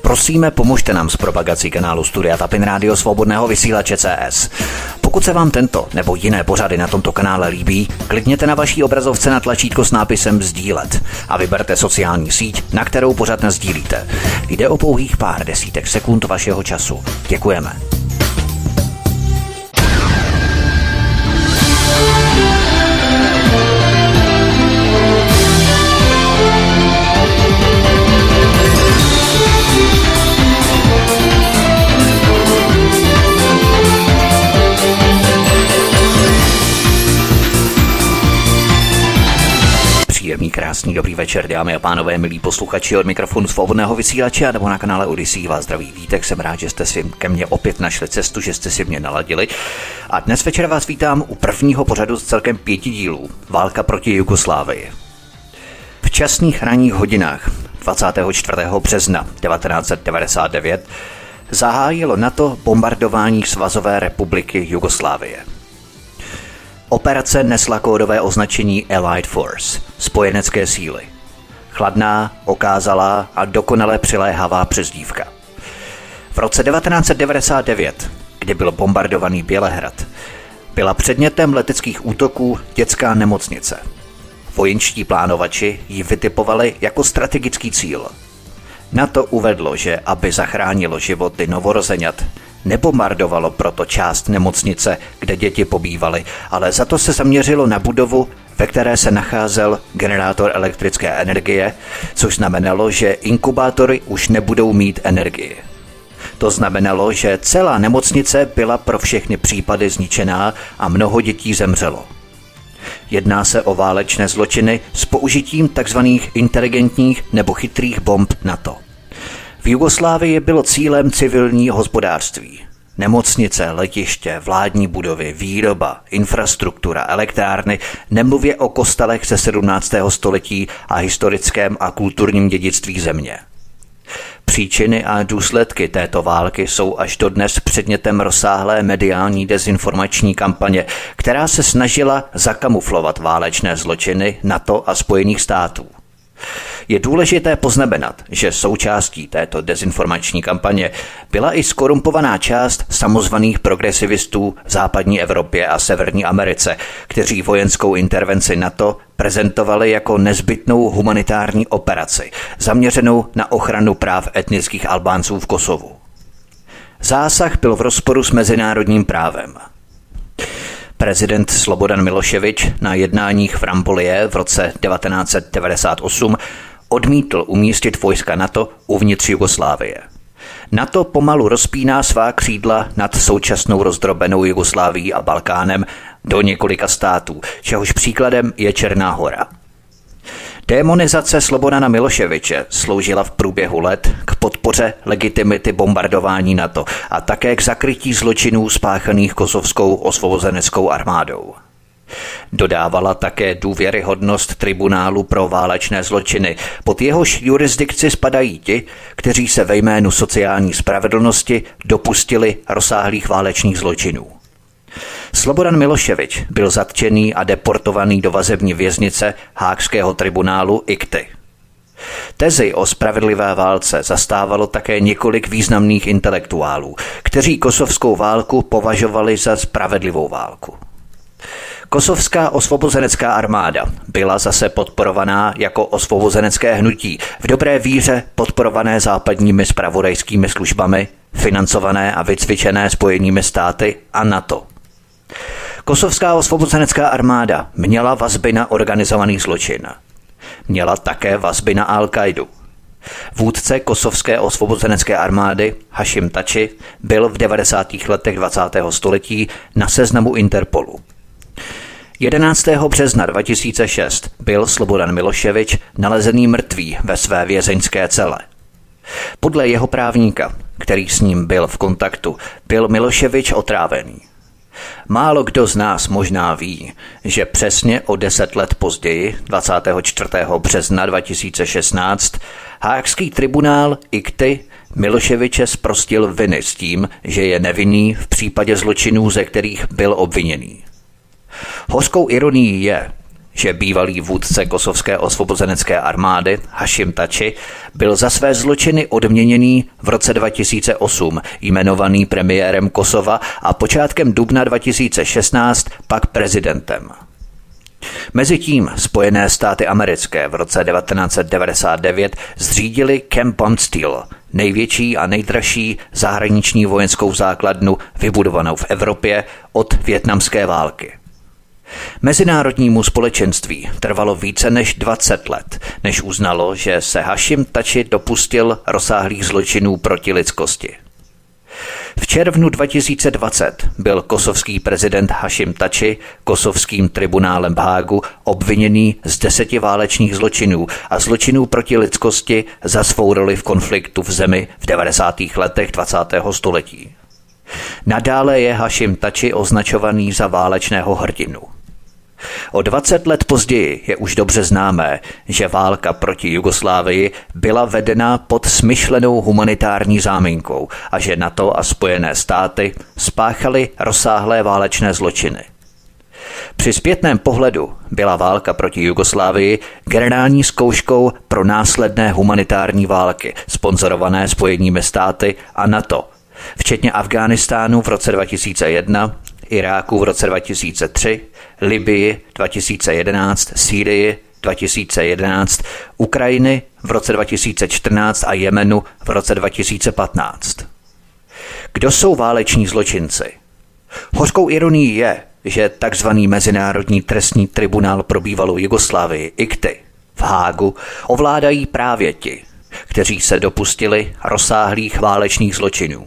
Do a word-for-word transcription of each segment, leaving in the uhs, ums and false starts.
Prosíme, pomožte nám s propagací kanálu Studia Tapin Rádio Svobodného vysílače C S. Pokud se vám tento nebo jiné pořady na tomto kanále líbí, klikněte na vaší obrazovce na tlačítko s nápisem sdílet a vyberte sociální síť, na kterou pořad nasdílíte. Jde o pouhých pár desítek sekund vašeho času. Děkujeme. Příjemný, krásný, dobrý večer, dámy a pánové, milí posluchači, od mikrofonu Svobodného vysílače nebo na kanále Odyssey vás zdraví Vítek. Jsem rád, že jste si ke mně opět našli cestu, že jste si mě naladili. A dnes večer vás vítám u prvního pořadu z celkem pěti dílů. Válka proti Jugoslávii. V časných ranních hodinách dvacátého čtvrtého března devatenáct set devadesát devět zahájilo NATO bombardování Svazové republiky Jugoslávie. Operace nesla kódové označení Allied Force, spojenecké síly. Chladná, okázalá a dokonale přiléhavá přezdívka. V roce devatenáct set devadesát devět, kdy byl bombardovaný Bělehrad, byla předmětem leteckých útoků dětská nemocnice. Vojenští plánovači ji vytipovali jako strategický cíl. NATO uvedlo, že aby zachránilo životy novorozeňat, nebombardovalo proto část nemocnice, kde děti pobývaly, ale za to se zaměřilo na budovu, ve které se nacházel generátor elektrické energie, což znamenalo, že inkubátory už nebudou mít energii. To znamenalo, že celá nemocnice byla pro všechny případy zničená a mnoho dětí zemřelo. Jedná se o válečné zločiny s použitím tzv. Inteligentních nebo chytrých bomb NATO. V Jugoslávii bylo cílem civilní hospodářství. Nemocnice, letiště, vládní budovy, výroba, infrastruktura, elektrárny, nemluvě o kostelech ze sedmnáctého století a historickém a kulturním dědictví země. Příčiny a důsledky této války jsou až dodnes předmětem rozsáhlé mediální dezinformační kampaně, která se snažila zakamuflovat válečné zločiny NATO a Spojených států. Je důležité poznamenat, že součástí této dezinformační kampaně byla i skorumpovaná část samozvaných progresivistů v západní Evropě a Severní Americe, kteří vojenskou intervenci NATO prezentovali jako nezbytnou humanitární operaci, zaměřenou na ochranu práv etnických Albánců v Kosovu. Zásah byl v rozporu s mezinárodním právem. Prezident Slobodan Miloševič na jednáních v Rambouillet v roce devatenáct set devadesát osm odmítl umístit vojska NATO uvnitř Jugoslávie. NATO pomalu rozpíná svá křídla nad současnou rozdrobenou Jugoslávií a Balkánem do několika států, čehož příkladem je Černá Hora. Démonizace Slobodana Miloševiče sloužila v průběhu let k podpoře legitimity bombardování NATO a také k zakrytí zločinů spáchaných kosovskou osvobozeneckou armádou. Dodávala také důvěryhodnost tribunálu pro válečné zločiny, pod jehož jurisdikci spadají ti, kteří se ve jménu sociální spravedlnosti dopustili rozsáhlých válečných zločinů. Slobodan Miloševič byl zatčený a deportovaný do vazební věznice Haagského tribunálu I C T Y. Tezi o spravedlivé válce zastávalo také několik významných intelektuálů, kteří kosovskou válku považovali za spravedlivou válku. Kosovská osvobozenecká armáda byla zase podporovaná jako osvobozenecké hnutí, v dobré víře podporované západními zpravodajskými službami, financované a vycvičené Spojenými státy a NATO. Kosovská osvobozenecká armáda měla vazby na organizovaný zločin. Měla také vazby na Al-Kaidu. Vůdce kosovské osvobozenecké armády Hašim Tači byl v devadesátých letech dvacátého století na seznamu Interpolu. jedenáctého března dva tisíce šest byl Slobodan Miloševič nalezený mrtvý ve své vězeňské cele. Podle jeho právníka, který s ním byl v kontaktu, byl Miloševič otrávený. Málo kdo z nás možná ví, že přesně o deset let později, dvacátého čtvrtého března dva tisíce šestnáct, Haagský tribunál I C T Y Miloševiče zprostil viny s tím, že je nevinný v případě zločinů, ze kterých byl obviněný. Hořkou ironií je, že bývalý vůdce kosovské osvobozenecké armády Hašim Tači byl za své zločiny odměněný v roce dva tisíce osm, jmenovaný premiérem Kosova a počátkem dubna dva tisíce šestnáct pak prezidentem. Mezitím Spojené státy americké v roce devatenáct set devadesát devět zřídili Camp Bondsteel, největší a nejdražší zahraniční vojenskou základnu vybudovanou v Evropě od vietnamské války. Mezinárodnímu společenství trvalo více než dvacet let, než uznalo, že se Hašim Tači dopustil rozsáhlých zločinů proti lidskosti. V červnu dva tisíce dvacet byl kosovský prezident Hašim Tači kosovským tribunálem v Hágu obviněný z deseti válečných zločinů a zločinů proti lidskosti za svou roli v konfliktu v zemi v devadesátých letech dvacátého století. Nadále je Hašim Tači označovaný za válečného hrdinu. O dvacet let později je už dobře známé, že válka proti Jugoslávii byla vedena pod smyšlenou humanitární záminkou a že NATO a Spojené státy spáchaly rozsáhlé válečné zločiny. Při zpětném pohledu byla válka proti Jugoslávii generální zkouškou pro následné humanitární války, sponzorované Spojenými státy a NATO, včetně Afghánistánu v roce dva tisíce jedna, Iráku v roce dva tisíce tři, Libyi dva tisíce jedenáct, Sýrii dva tisíce jedenáct, Ukrajiny v roce dva tisíce čtrnáct a Jemenu v roce dva tisíce patnáct. Kdo jsou váleční zločinci? Hořkou ironií je, že tzv. Mezinárodní trestní tribunál pro bývalou Jugoslávii I C T Y v Hágu ovládají právě ti, kteří se dopustili rozsáhlých válečných zločinů.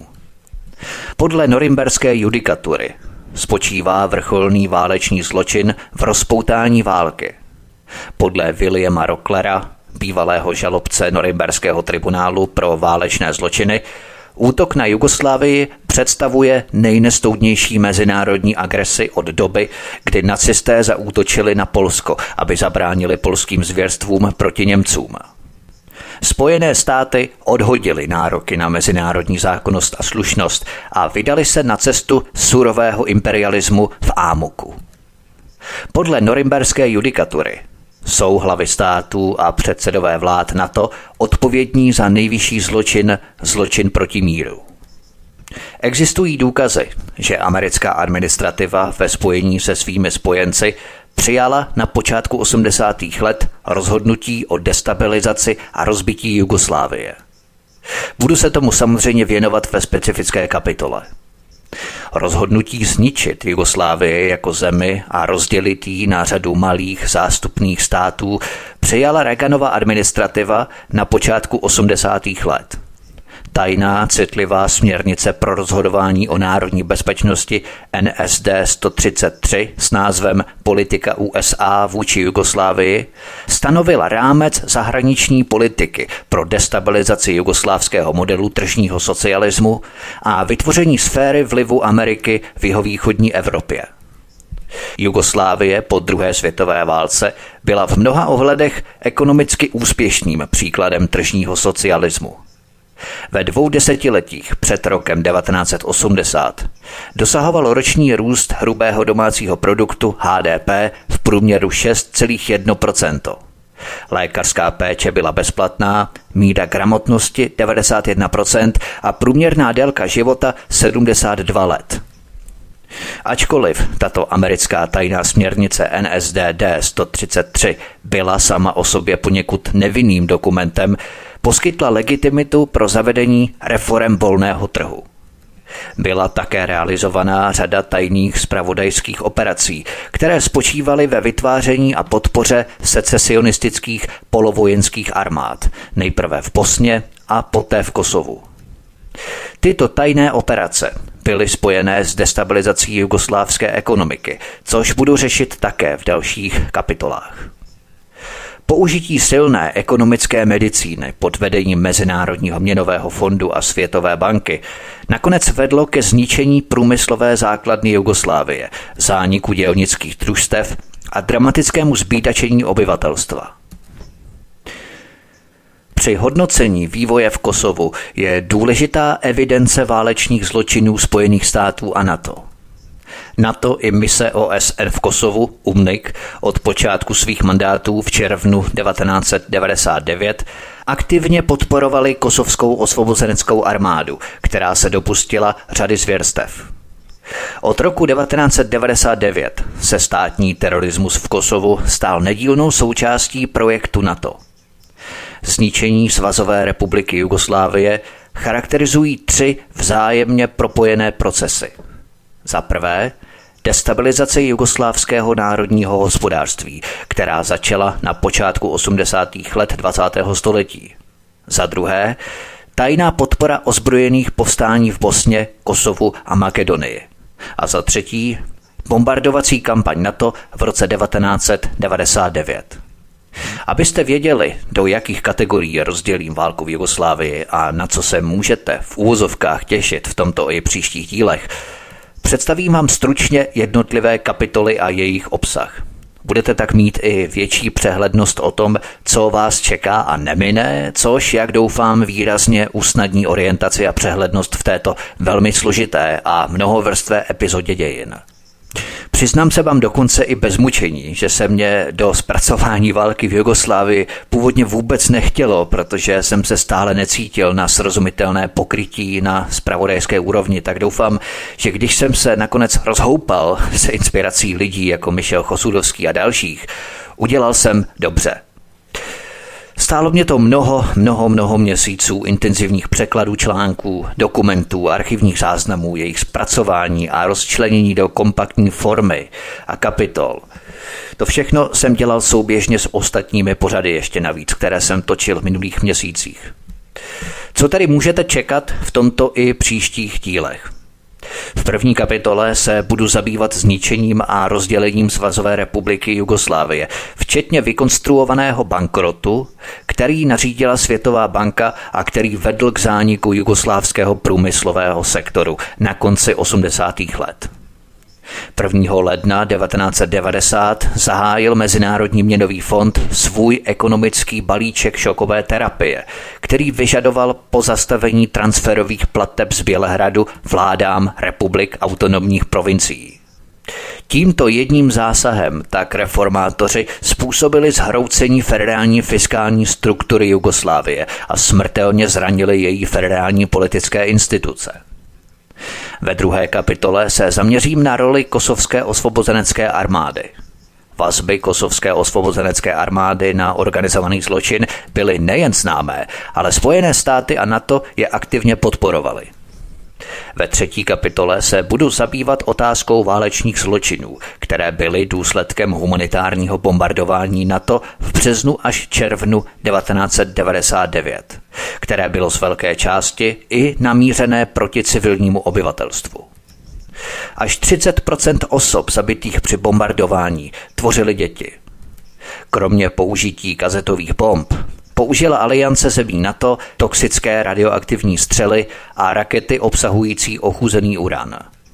Podle norimberské judikatury spočívá vrcholný válečný zločin v rozpoutání války. Podle Williama Rocklera, bývalého žalobce norimberského tribunálu pro válečné zločiny, útok na Jugoslávii představuje nejnestoudnější mezinárodní agresi od doby, kdy nacisté zaútočili na Polsko, aby zabránili polským zvěrstvům proti Němcům. Spojené státy odhodily nároky na mezinárodní zákonnost a slušnost a vydali se na cestu surového imperialismu v Ámuku. Podle norimberské judikatury jsou hlavy států a předsedové vlád NATO odpovědní za nejvyšší zločin, zločin proti míru. Existují důkazy, že americká administrativa ve spojení se svými spojenci přijala na počátku osmdesátých let rozhodnutí o destabilizaci a rozbití Jugoslávie. Budu se tomu samozřejmě věnovat ve specifické kapitole. Rozhodnutí zničit Jugoslávii jako zemi a rozdělit ji na řadu malých zástupných států přijala Reaganova administrativa na počátku osmdesátých let. Tajná citlivá směrnice pro rozhodování o národní bezpečnosti N S D sto třicet tři s názvem Politika U S A vůči Jugoslávii stanovila rámec zahraniční politiky pro destabilizaci jugoslávského modelu tržního socialismu a vytvoření sféry vlivu Ameriky v jihovýchodní Evropě. Jugoslávie po druhé světové válce byla v mnoha ohledech ekonomicky úspěšným příkladem tržního socialismu. Ve dvou desetiletích před rokem devatenáct set osmdesát dosahoval roční růst hrubého domácího produktu H D P v průměru šest celá jedna procenta. Lékařská péče byla bezplatná, míra gramotnosti devadesát jedna procent a průměrná délka života sedmdesát dva let. Ačkoliv tato americká tajná směrnice N S D D sto třicet tři byla sama o sobě poněkud nevinným dokumentem, poskytla legitimitu pro zavedení reforem volného trhu. Byla také realizovaná řada tajných zpravodajských operací, které spočívaly ve vytváření a podpoře secesionistických polovojenských armád, nejprve v Bosně a poté v Kosovu. Tyto tajné operace byly spojené s destabilizací jugoslávské ekonomiky, což budu řešit také v dalších kapitolách. Použití silné ekonomické medicíny pod vedením Mezinárodního měnového fondu a Světové banky nakonec vedlo ke zničení průmyslové základny Jugoslávie, zániku dělnických družstev a dramatickému zbídačení obyvatelstva. Při hodnocení vývoje v Kosovu je důležitá evidence válečných zločinů Spojených států a NATO. NATO i mise O S N v Kosovu, U M N I C, od počátku svých mandátů v červnu devatenáct set devadesát devět aktivně podporovali kosovskou osvobozeneckou armádu, která se dopustila řady zvěrstev. Od roku devatenáct set devadesát devět se státní terorismus v Kosovu stal nedílnou součástí projektu NATO. Zničení Svazové republiky Jugoslávie charakterizují tři vzájemně propojené procesy. Za prvé, destabilizace jugoslávského národního hospodářství, která začala na počátku osmdesátých let dvacátého století. Za druhé, tajná podpora ozbrojených povstání v Bosně, Kosovu a Makedonii. A za třetí, bombardovací kampaň NATO v roce devatenáct set devadesát devět. Abyste věděli, do jakých kategorií rozdělím válku v Jugoslávii a na co se můžete v úvozovkách těšit v tomto i příštích dílech, představím vám stručně jednotlivé kapitoly a jejich obsah. Budete tak mít i větší přehlednost o tom, co vás čeká a nemine, což, jak doufám, výrazně usnadní orientaci a přehlednost v této velmi složité a mnohovrstvé epizodě dějin. Přiznám se vám dokonce i bez mučení, že se mě do zpracování války v Jugoslávii původně vůbec nechtělo, protože jsem se stále necítil na srozumitelné pokrytí na zpravodajské úrovni, tak doufám, že když jsem se nakonec rozhoupal se inspirací lidí jako Michal Chosudovský a dalších, udělal jsem dobře. Stálo mě to mnoho, mnoho, mnoho měsíců intenzivních překladů článků, dokumentů, archivních záznamů, jejich zpracování a rozčlenění do kompaktní formy a kapitol. To všechno jsem dělal souběžně s ostatními pořady ještě navíc, které jsem točil v minulých měsících. Co tedy můžete čekat v tomto i příštích dílech? V první kapitole se budu zabývat zničením a rozdělením Svazové republiky Jugoslávie, včetně vykonstruovaného bankrotu, který nařídila Světová banka a který vedl k zániku jugoslávského průmyslového sektoru na konci osmdesátých let. prvního ledna devatenáct set devadesát zahájil Mezinárodní měnový fond svůj ekonomický balíček šokové terapie, který vyžadoval pozastavení transferových plateb z Bělehradu vládám republik autonomních provincií. Tímto jedním zásahem tak reformátoři způsobili zhroucení federální fiskální struktury Jugoslávie a smrtelně zranili její federální politické instituce. Ve druhé kapitole se zaměřím na roli kosovské osvobozenecké armády. Vazby kosovské osvobozenecké armády na organizovaný zločin byly nejen známé, ale Spojené státy a NATO je aktivně podporovaly. Ve třetí kapitole se budu zabývat otázkou válečných zločinů, které byly důsledkem humanitárního bombardování NATO v březnu až červnu devatenáct set devadesát devět, které bylo z velké části i namířené proti civilnímu obyvatelstvu. Až třicet procent osob zabitých při bombardování tvořily děti. Kromě použití kazetových bomb použila aliance zemí NATO toxické radioaktivní střely a rakety obsahující ochuzený uran.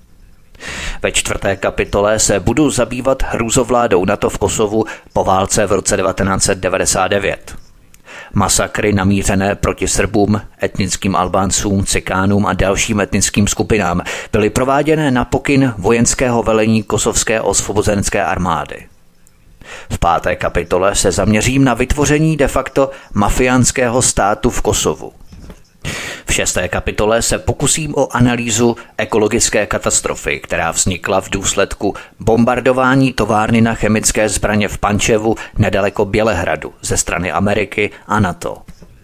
Ve čtvrté kapitole se budu zabývat hrůzovládou NATO v Kosovu po válce v roce devatenáct set devadesát devět. Masakry namířené proti Srbům, etnickým Albáncům, Cikánům a dalším etnickým skupinám byly prováděné na pokyn vojenského velení kosovské osvobozenecké armády. V páté kapitole se zaměřím na vytvoření de facto mafiánského státu v Kosovu. V šesté kapitole se pokusím o analýzu ekologické katastrofy, která vznikla v důsledku bombardování továrny na chemické zbraně v Pančevu nedaleko Bělehradu ze strany Ameriky a NATO.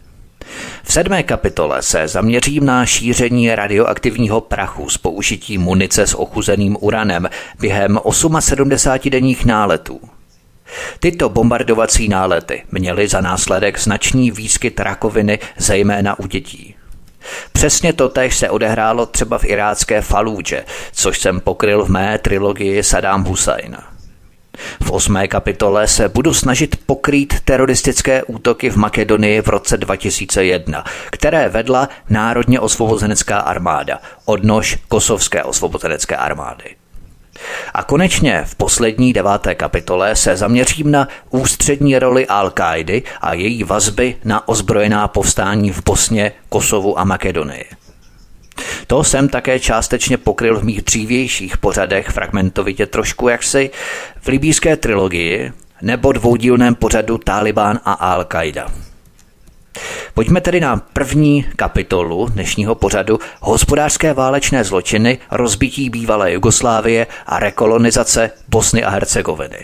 V sedmé kapitole se zaměřím na šíření radioaktivního prachu s použitím munice s ochuzeným uranem během sedmdesátiosmidenních náletů. Tyto bombardovací nálety měly za následek značný výskyt rakoviny, zejména u dětí. Přesně totéž se odehrálo třeba v irácké Falúdže, což jsem pokryl v mé trilogii Saddam Husajn. V osmé kapitole se budu snažit pokrýt teroristické útoky v Makedonii v roce dva tisíce jedna, které vedla Národně osvobozenecká armáda, odnož Kosovské osvobozenecké armády. A konečně v poslední deváté kapitole se zaměřím na ústřední roli Al-Káidy a její vazby na ozbrojená povstání v Bosně, Kosovu a Makedonii. To jsem také částečně pokryl v mých dřívějších pořadech fragmentovitě trošku jaksi v libýské trilogii nebo dvoudílném pořadu Tálibán a Al-Qaida. Pojďme tedy na první kapitolu dnešního pořadu Hospodářské válečné zločiny, rozbití bývalé Jugoslávie a rekolonizace Bosny a Hercegoviny.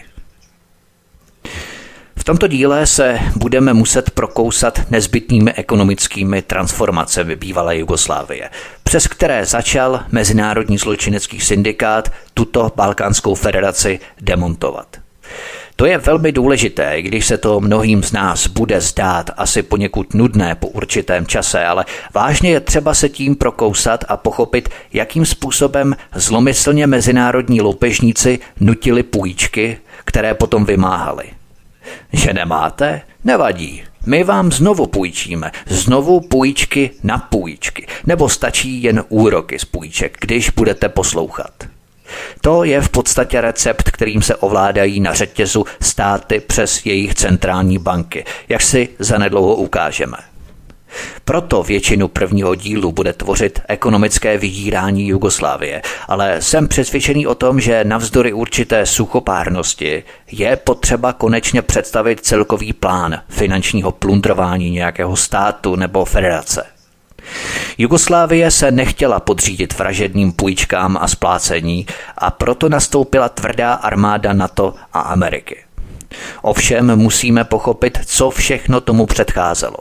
V tomto díle se budeme muset prokousat nezbytnými ekonomickými transformacemi bývalé Jugoslávie, přes které začal mezinárodní zločinecký syndikát tuto balkánskou federaci demontovat. To je velmi důležité, když se to mnohým z nás bude zdát asi poněkud nudné po určitém čase, ale vážně je třeba se tím prokousat a pochopit, jakým způsobem zlomyslně mezinárodní loupežníci nutili půjčky, které potom vymáhali. Že nemáte? Nevadí. My vám znovu půjčíme. Znovu půjčky na půjčky. Nebo stačí jen úroky z půjček, když budete poslouchat. To je v podstatě recept, kterým se ovládají na řetězu státy přes jejich centrální banky, jak si zanedlouho ukážeme. Proto většinu prvního dílu bude tvořit ekonomické vydírání Jugoslávie, ale jsem přesvědčený o tom, že navzdory určité suchopárnosti je potřeba konečně představit celkový plán finančního plundrování nějakého státu nebo federace. Jugoslávie se nechtěla podřídit vražedným půjčkám a splácení a proto nastoupila tvrdá armáda NATO a Ameriky. Ovšem musíme pochopit, co všechno tomu předcházelo.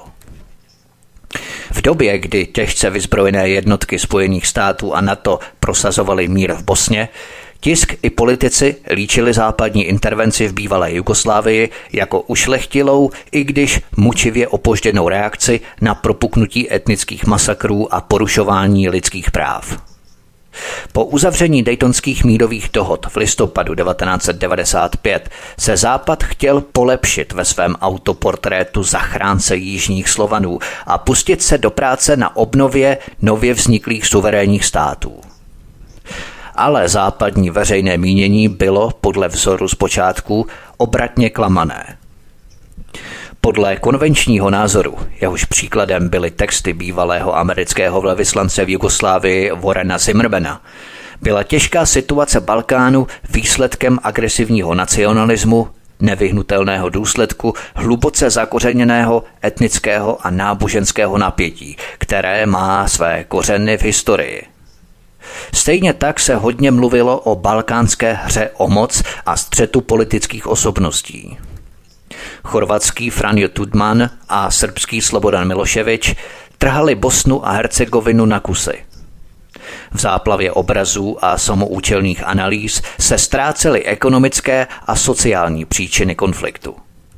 V době, kdy těžce vyzbrojené jednotky Spojených států a NATO prosazovaly mír v Bosně, tisk i politici líčili západní intervenci v bývalé Jugoslávii jako ušlechtilou, i když mučivě opožděnou reakci na propuknutí etnických masakrů a porušování lidských práv. Po uzavření daytonských mírových dohod v listopadu devatenáct set devadesát pět se Západ chtěl polepšit ve svém autoportrétu zachránce jižních Slovanů a pustit se do práce na obnově nově vzniklých suverénních států. Ale západní veřejné mínění bylo podle vzoru zpočátku obratně klamané. Podle konvenčního názoru, jehož příkladem byly texty bývalého amerického velvyslance v Jugoslávii Warrena Zimmermana, byla těžká situace Balkánu výsledkem agresivního nacionalismu, nevyhnutelného důsledku hluboce zakořeněného etnického a náboženského napětí, které má své kořeny v historii. Stejně tak se hodně mluvilo o balkánské hře o moc a střetu politických osobností. Chorvatský Franjo Tudman a srbský Slobodan Milošević trhali Bosnu a Hercegovinu na kusy. V záplavě obrazů a samoučelných analýz se ztrácely ekonomické a sociální příčiny konfliktu.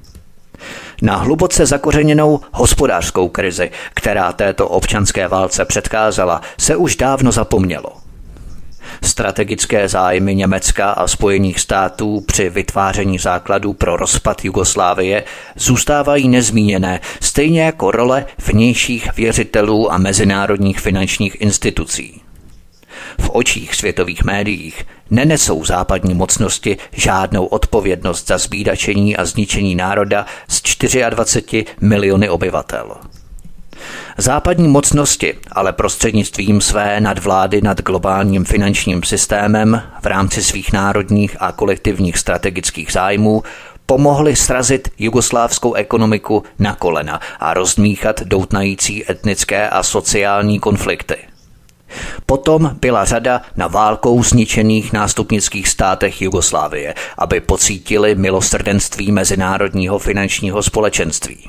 Na hluboce zakořeněnou hospodářskou krizi, která této občanské válce předcházela, se už dávno zapomnělo. Strategické zájmy Německa a Spojených států při vytváření základů pro rozpad Jugoslávie zůstávají nezmíněné, stejně jako role vnějších věřitelů a mezinárodních finančních institucí. V očích světových médiích nenesou západní mocnosti žádnou odpovědnost za zbídačení a zničení národa z dvacet čtyři miliony obyvatel. Západní mocnosti ale prostřednictvím své nadvlády nad globálním finančním systémem v rámci svých národních a kolektivních strategických zájmů pomohly srazit jugoslávskou ekonomiku na kolena a rozdmíchat doutnající etnické a sociální konflikty. Potom byla řada na válkou zničených nástupnických státech Jugoslávie, aby pocítili milosrdenství mezinárodního finančního společenství.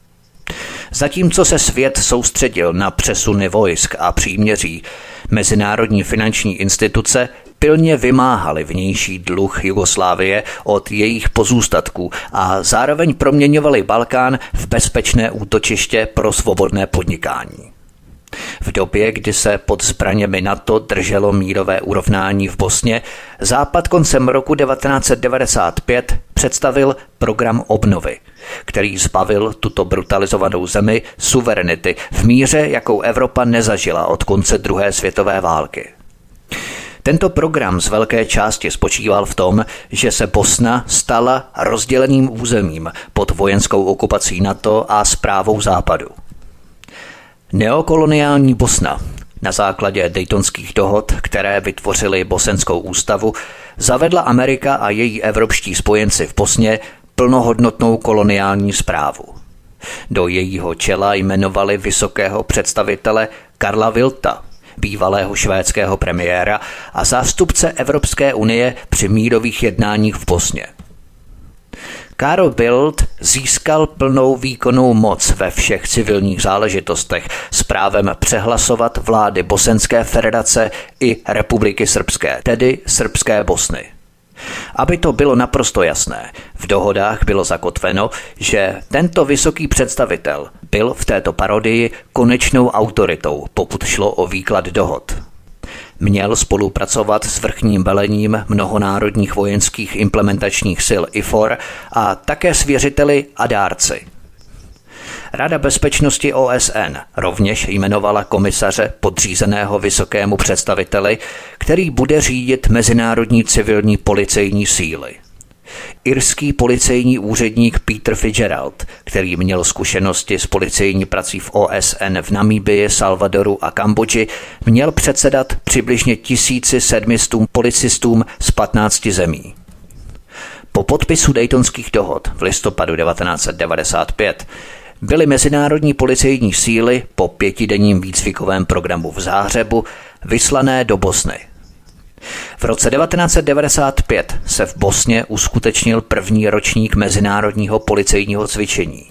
Zatímco se svět soustředil na přesuny vojsk a příměří, mezinárodní finanční instituce pilně vymáhaly vnější dluh Jugoslávie od jejich pozůstatků a zároveň proměňovaly Balkán v bezpečné útočiště pro svobodné podnikání. V době, kdy se pod zbraněmi NATO drželo mírové urovnání v Bosně, Západ koncem roku devatenáct set devadesát pět představil program obnovy, který zbavil tuto brutalizovanou zemi suverenity v míře, jakou Evropa nezažila od konce druhé světové války. Tento program z velké části spočíval v tom, že se Bosna stala rozděleným územím pod vojenskou okupací NATO a správou Západu. Neokoloniální Bosna Na základě Daytonských dohod, které vytvořily bosenskou ústavu, zavedla Amerika a její evropští spojenci v Bosně plnohodnotnou koloniální správu. Do jejího čela jmenovali vysokého představitele Karla Bildta, bývalého švédského premiéra a zástupce Evropské unie při mírových jednáních v Bosně. Karl Bildt získal plnou výkonnou moc ve všech civilních záležitostech s právem přehlasovat vlády Bosenské federace i Republiky srbské, tedy Srbské Bosny. Aby to bylo naprosto jasné, v dohodách bylo zakotveno, že tento vysoký představitel byl v této parodii konečnou autoritou, pokud šlo o výklad dohod. Měl spolupracovat s vrchním velením mnohonárodních vojenských implementačních sil I F O R a také s věřiteli a dárci. Rada bezpečnosti O S N rovněž jmenovala komisaře podřízeného vysokému představiteli, který bude řídit mezinárodní civilní policejní síly. Irský policejní úředník Peter Fitzgerald, který měl zkušenosti s policejní prací v O S N v Namíbii, Salvadoru a Kambodži, měl předsedat přibližně tisíci sedmistům policistům z patnácti zemí. Po podpisu Daytonských dohod v listopadu devatenáct set devadesát pět byly mezinárodní policejní síly po pětidenním výcvikovém programu v Záhřebu vyslané do Bosny. V roce devatenáct set devadesát pět se v Bosně uskutečnil první ročník mezinárodního policejního cvičení.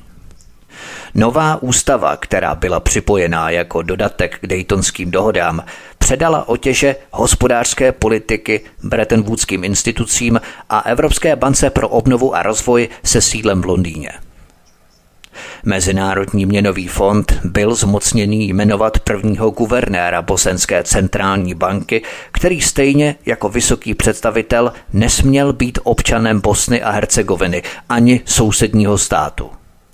Nová ústava, která byla připojená jako dodatek k Daytonským dohodám, předala otěže hospodářské politiky Bretton Woodským institucím a Evropské bance pro obnovu a rozvoj se sídlem v Londýně. Mezinárodní měnový fond byl zmocněný jmenovat prvního guvernéra Bosenské centrální banky, který stejně jako vysoký představitel nesměl být občanem Bosny a Hercegoviny ani sousedního státu.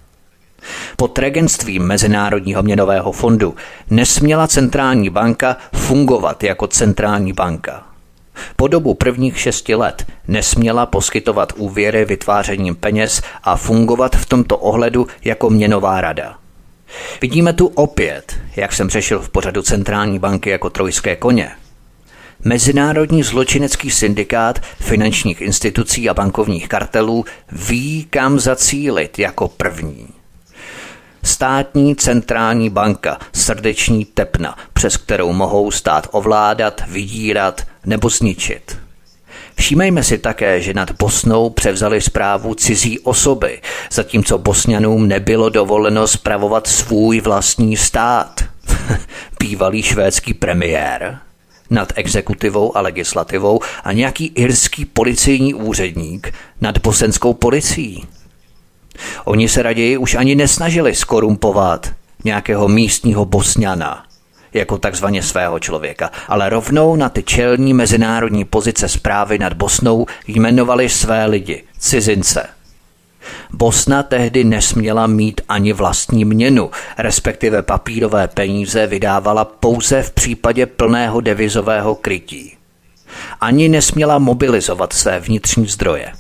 Pod regentstvím Mezinárodního měnového fondu nesměla centrální banka fungovat jako centrální banka. Po dobu prvních šesti let nesměla poskytovat úvěry vytvářením peněz a fungovat v tomto ohledu jako měnová rada. Vidíme tu opět, jak jsem řešil v pořadu centrální banky jako trojské koně. Mezinárodní zločinecký syndikát finančních institucí a bankovních kartelů ví, kam zacílit jako první. Státní centrální banka, srdeční tepna, přes kterou mohou stát ovládat, vydírat nebo zničit. Všímejme si také, že nad Bosnou převzali správu cizí osoby, zatímco Bosňanům nebylo dovoleno spravovat svůj vlastní stát. Bývalý švédský premiér nad exekutivou a legislativou a nějaký irský policejní úředník nad bosenskou policií. Oni se raději už ani nesnažili skorumpovat nějakého místního Bosňana jako takzvaně svého člověka, ale rovnou na ty čelní mezinárodní pozice správy nad Bosnou jmenovali své lidi, cizince. Bosna tehdy nesměla mít ani vlastní měnu, respektive papírové peníze vydávala pouze v případě plného devizového krytí. Ani nesměla mobilizovat své vnitřní zdroje.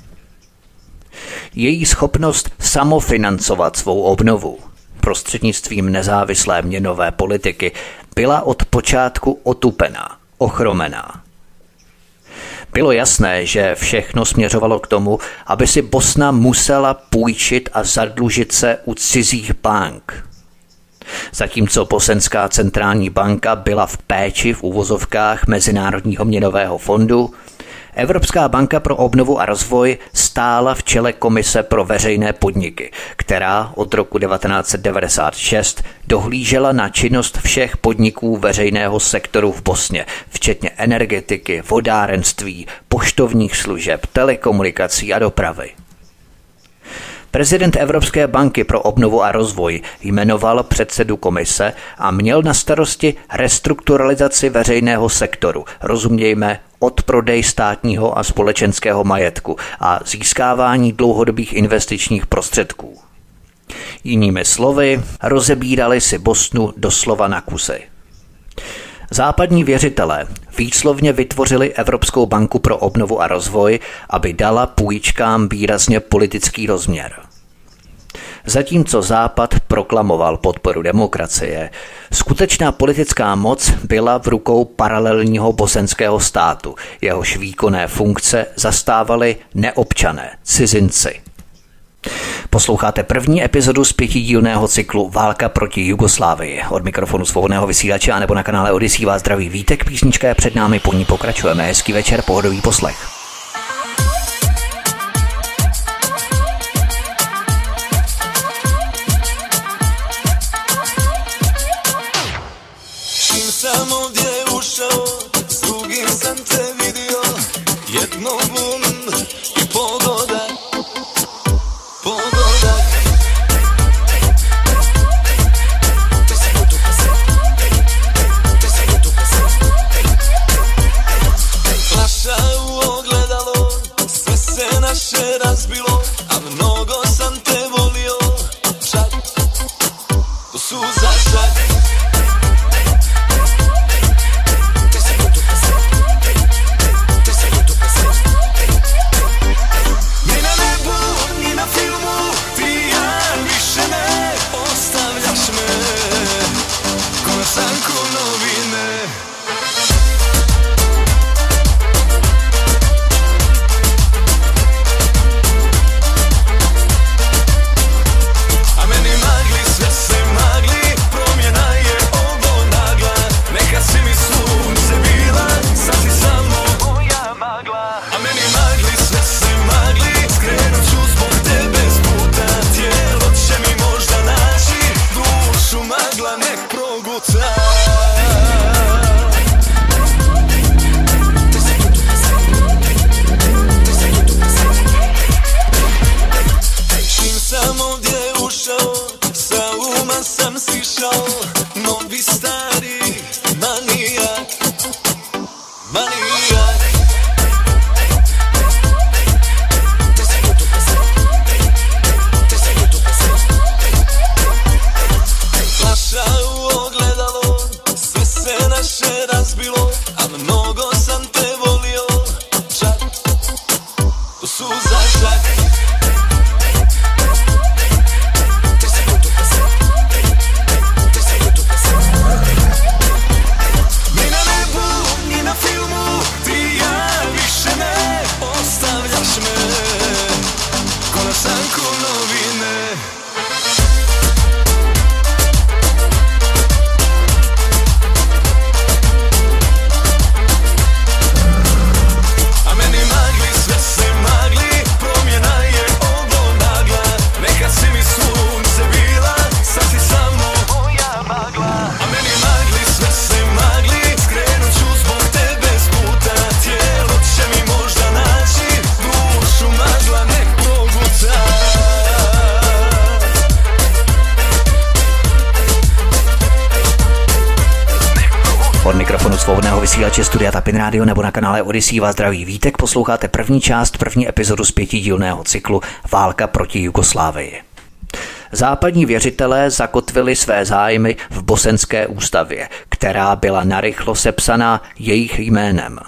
Její schopnost samofinancovat svou obnovu prostřednictvím nezávislé měnové politiky byla od počátku otupená, ochromená. Bylo jasné, že všechno směřovalo k tomu, aby si Bosna musela půjčit a zadlužit se u cizích bank. Zatímco Bosenská centrální banka byla v péči v uvozovkách Mezinárodního měnového fondu, Evropská banka pro obnovu a rozvoj stála v čele Komise pro veřejné podniky, která od roku devatenáct set devadesát šest dohlížela na činnost všech podniků veřejného sektoru v Bosně, včetně energetiky, vodárenství, poštovních služeb, telekomunikací a dopravy. Prezident Evropské banky pro obnovu a rozvoj jmenoval předsedu komise a měl na starosti restrukturalizaci veřejného sektoru, rozumějme odprodej státního a společenského majetku a získávání dlouhodobých investičních prostředků. Jinými slovy, rozebírali si Bosnu doslova na kusy. Západní věřitelé výslovně vytvořili Evropskou banku pro obnovu a rozvoj, aby dala půjčkám výrazně politický rozměr. Zatímco Západ proklamoval podporu demokracie, skutečná politická moc byla v rukou paralelního bosenského státu, jehož výkonné funkce zastávali neobčané, cizinci. Posloucháte první epizodu z pětidílného cyklu Válka proti Jugoslávii. Od mikrofonu Svobodného vysílače a nebo na kanále Odyssey vás zdraví Vítek, písnička je před námi, po ní pokračujeme. Hezký večer, pohodový poslech. Čím sam ovdje ušao, s drugim sam te vidio, jednom bum i pogodak, pogodak. Flaša u ogledalo, sve se naše razbilo, a mnogo sam te volio, čak ko suza čak. Svobodného vysílače Studia Tapin Radio nebo na kanále Odyssey vás zdraví Vítek, posloucháte první část, první epizodu z pětidílného cyklu Válka proti Jugoslávii. Západní věřitelé zakotvili své zájmy v bosenské ústavě, která byla narychlo sepsaná jejich jménem.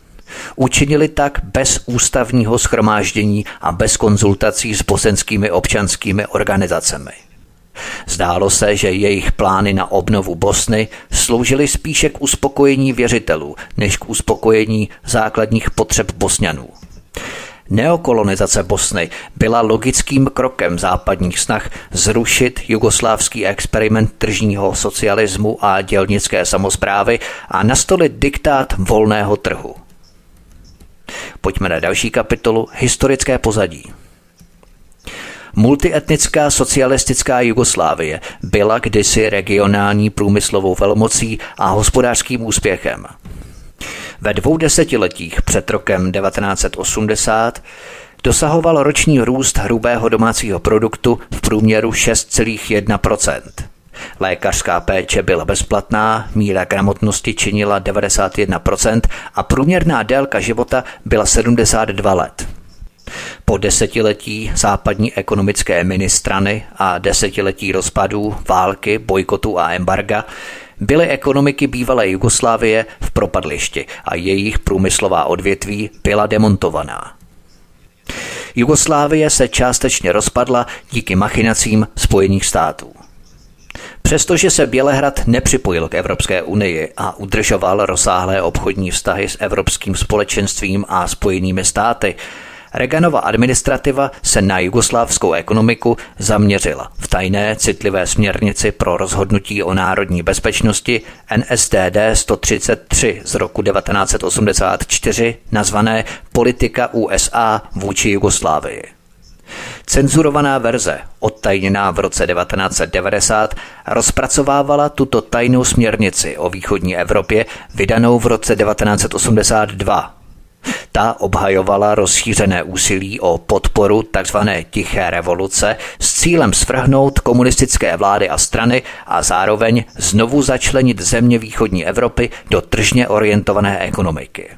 Učinili tak bez ústavního shromáždění a bez konzultací s bosenskými občanskými organizacemi. Zdálo se, že jejich plány na obnovu Bosny sloužily spíše k uspokojení věřitelů, než k uspokojení základních potřeb Bosňanů. Neokolonizace Bosny byla logickým krokem západních snah zrušit jugoslávský experiment tržního socialismu a dělnické samosprávy a nastolit diktát volného trhu. Pojďme na další kapitolu Historické pozadí. Multietnická socialistická Jugoslávie byla kdysi regionální průmyslovou velmocí a hospodářským úspěchem. Ve dvou desetiletích před rokem devatenáct set osmdesát dosahoval roční růst hrubého domácího produktu v průměru šest celá jedna procenta. Lékařská péče byla bezplatná, míra gramotnosti činila devadesát jedna procent a průměrná délka života byla sedmdesát dva let. Po desetiletí západní ekonomické ministrany a desetiletí rozpadů, války, bojkotu a embarga byly ekonomiky bývalé Jugoslávie v propadlišti a jejich průmyslová odvětví byla demontovaná. Jugoslávie se částečně rozpadla díky machinacím Spojených států. Přestože se Bělehrad nepřipojil k Evropské unii a udržoval rozsáhlé obchodní vztahy s Evropským společenstvím a Spojenými státy, Reaganova administrativa se na jugoslávskou ekonomiku zaměřila v tajné citlivé směrnici pro rozhodnutí o národní bezpečnosti N S D D sto třicet tři z roku devatenáct set osmdesát čtyři nazvané Politika U S A vůči Jugoslávii. Cenzurovaná verze, odtajněná v roce devatenáct set devadesát, rozpracovávala tuto tajnou směrnici o východní Evropě vydanou v roce devatenáct set osmdesát dva. Ta obhajovala rozšířené úsilí o podporu tzv. Tiché revoluce s cílem svrhnout komunistické vlády a strany a zároveň znovu začlenit země východní Evropy do tržně orientované ekonomiky.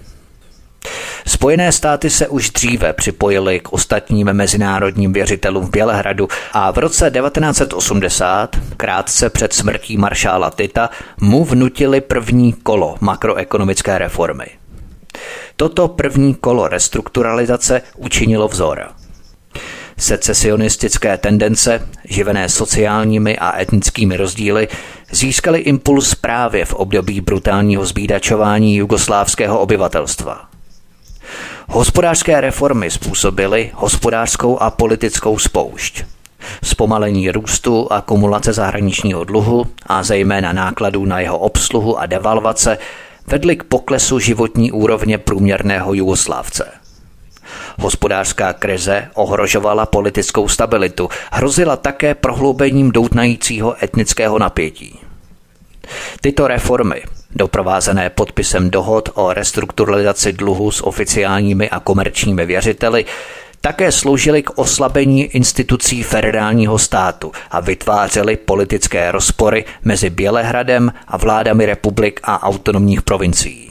Spojené státy se už dříve připojily k ostatním mezinárodním věřitelům v Bělehradu a v roce devatenáct set osmdesát, krátce před smrtí maršála Tita, mu vnutili první kolo makroekonomické reformy. Toto první kolo restrukturalizace učinilo vzor. Secesionistické tendence, živené sociálními a etnickými rozdíly, získaly impuls právě v období brutálního zbídačování jugoslávského obyvatelstva. Hospodářské reformy způsobily hospodářskou a politickou spoušť. Zpomalení růstu a kumulace zahraničního dluhu a zejména nákladů na jeho obsluhu a devalvace vedly k poklesu životní úrovně průměrného Jugoslávce. Hospodářská krize ohrožovala politickou stabilitu, hrozila také prohloubením doutnajícího etnického napětí. Tyto reformy, doprovázené podpisem dohod o restrukturalizaci dluhu s oficiálními a komerčními věřiteli, také sloužily k oslabení institucí federálního státu a vytvářely politické rozpory mezi Bělehradem a vládami republik a autonomních provincií.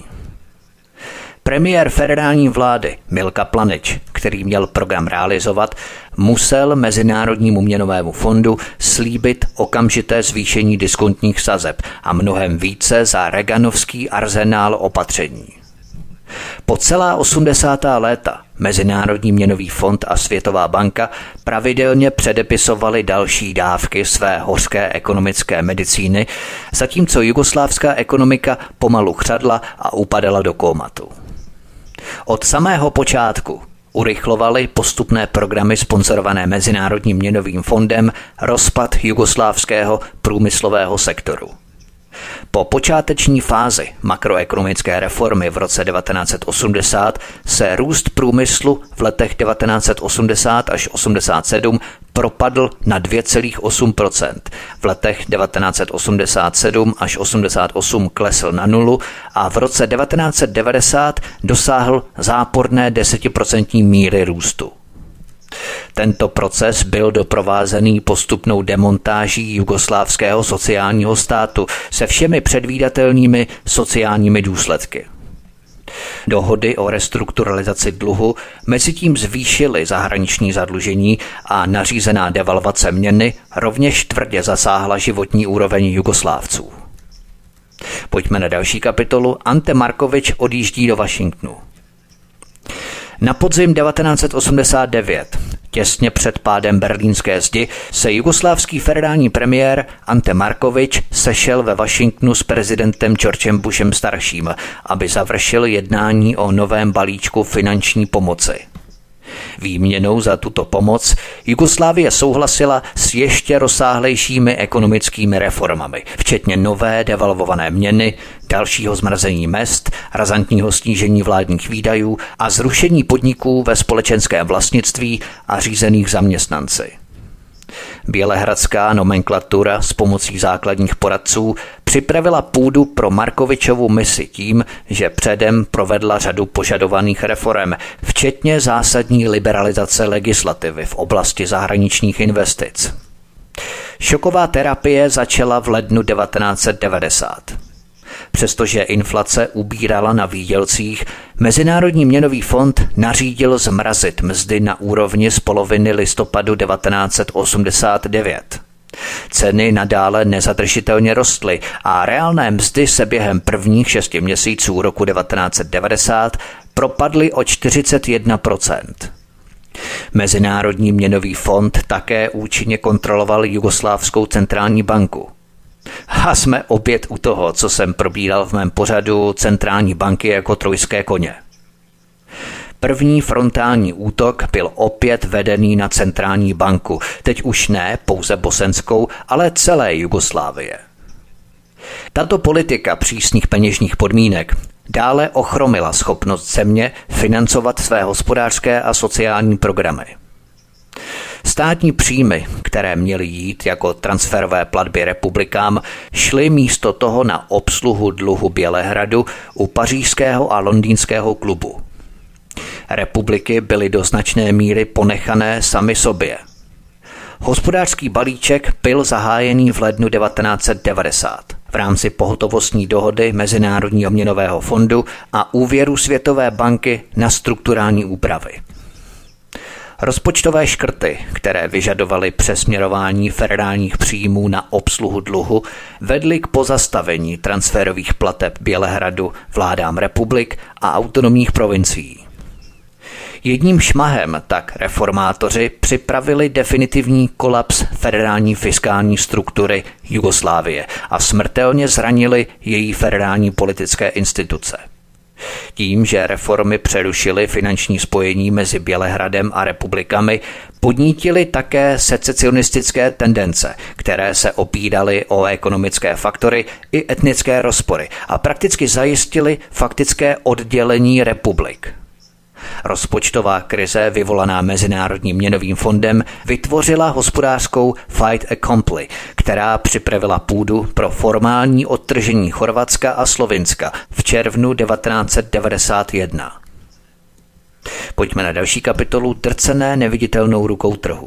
Premiér federální vlády Milka Planič, který měl program realizovat, musel Mezinárodnímu měnovému fondu slíbit okamžité zvýšení diskontních sazeb a mnohem více za reaganovský arzenál opatření. Po celá osmdesátá léta Mezinárodní měnový fond a Světová banka pravidelně předepisovali další dávky své hořké ekonomické medicíny, zatímco jugoslávská ekonomika pomalu chřadla a upadala do kómatu. Od samého počátku urychlovali postupné programy sponzorované Mezinárodním měnovým fondem rozpad jugoslávského průmyslového sektoru. Po počáteční fázi makroekonomické reformy v roce devatenáct set osmdesát se růst průmyslu v letech devatenáct set osmdesát až osmdesát sedm propadl na dvě celá osm procenta, v letech devatenáct set osmdesát sedm až osmdesát osm klesl na nulu a v roce devatenáct set devadesát dosáhl záporné desetiprocentní míry růstu. Tento proces byl doprovázený postupnou demontáží jugoslávského sociálního státu se všemi předvídatelnými sociálními důsledky. Dohody o restrukturalizaci dluhu mezitím zvýšily zahraniční zadlužení a nařízená devalvace měny rovněž tvrdě zasáhla životní úroveň Jugoslávců. Pojďme na další kapitolu. Ante Marković odjíždí do Washingtonu. Na podzim devatenáct set osmdesát devět, těsně před pádem berlínské zdi, se jugoslávský federální premiér Ante Marković sešel ve Washingtonu s prezidentem Georgem Bushem starším, aby završil jednání o novém balíčku finanční pomoci. Výměnou za tuto pomoc Jugoslávie souhlasila s ještě rozsáhlejšími ekonomickými reformami, včetně nové devalvované měny, dalšího zmrazení mezd, razantního snížení vládních výdajů a zrušení podniků ve společenském vlastnictví a řízených zaměstnanci. Bělehradská nomenklatura s pomocí základních poradců připravila půdu pro Markovičovu misi tím, že předem provedla řadu požadovaných reforem, včetně zásadní liberalizace legislativy v oblasti zahraničních investic. Šoková terapie začala v lednu devatenáct set devadesát. Přestože inflace ubírala na výdělcích, Mezinárodní měnový fond nařídil zmrazit mzdy na úrovni z poloviny listopadu devatenáct set osmdesát devět. Ceny nadále nezadržitelně rostly a reálné mzdy se během prvních šesti měsíců roku devatenáct set devadesát propadly o čtyřicet jedna procent. Mezinárodní měnový fond také účinně kontroloval Jugoslávskou centrální banku. A jsme opět u toho, co jsem probíral v mém pořadu centrální banky jako trojské koně. První frontální útok byl opět vedený na centrální banku, teď už ne pouze bosenskou, ale celé Jugoslávie. Tato politika přísných peněžních podmínek dále ochromila schopnost země financovat své hospodářské a sociální programy. Státní příjmy, které měly jít jako transferové platby republikám, šly místo toho na obsluhu dluhu Bělehradu u pařížského a londýnského klubu. Republiky byly do značné míry ponechané sami sobě. Hospodářský balíček byl zahájený v lednu devatenáct set devadesát v rámci pohotovostní dohody Mezinárodního měnového fondu a úvěru Světové banky na strukturální úpravy. Rozpočtové škrty, které vyžadovaly přesměrování federálních příjmů na obsluhu dluhu, vedly k pozastavení transferových plateb Bělehradu vládám republik a autonomních provincií. Jedním šmahem tak reformátoři připravili definitivní kolaps federální fiskální struktury Jugoslávie a smrtelně zranili její federální politické instituce. Tím, že reformy přerušily finanční spojení mezi Bělehradem a republikami, podnítily také secesionistické tendence, které se opíraly o ekonomické faktory i etnické rozpory a prakticky zajistily faktické oddělení republik. Rozpočtová krize vyvolaná Mezinárodním měnovým fondem vytvořila hospodářskou fait accompli, která připravila půdu pro formální odtržení Chorvatska a Slovinska v červnu devatenáct set devadesát jedna. Pojďme na další kapitolu drcené neviditelnou rukou trhu.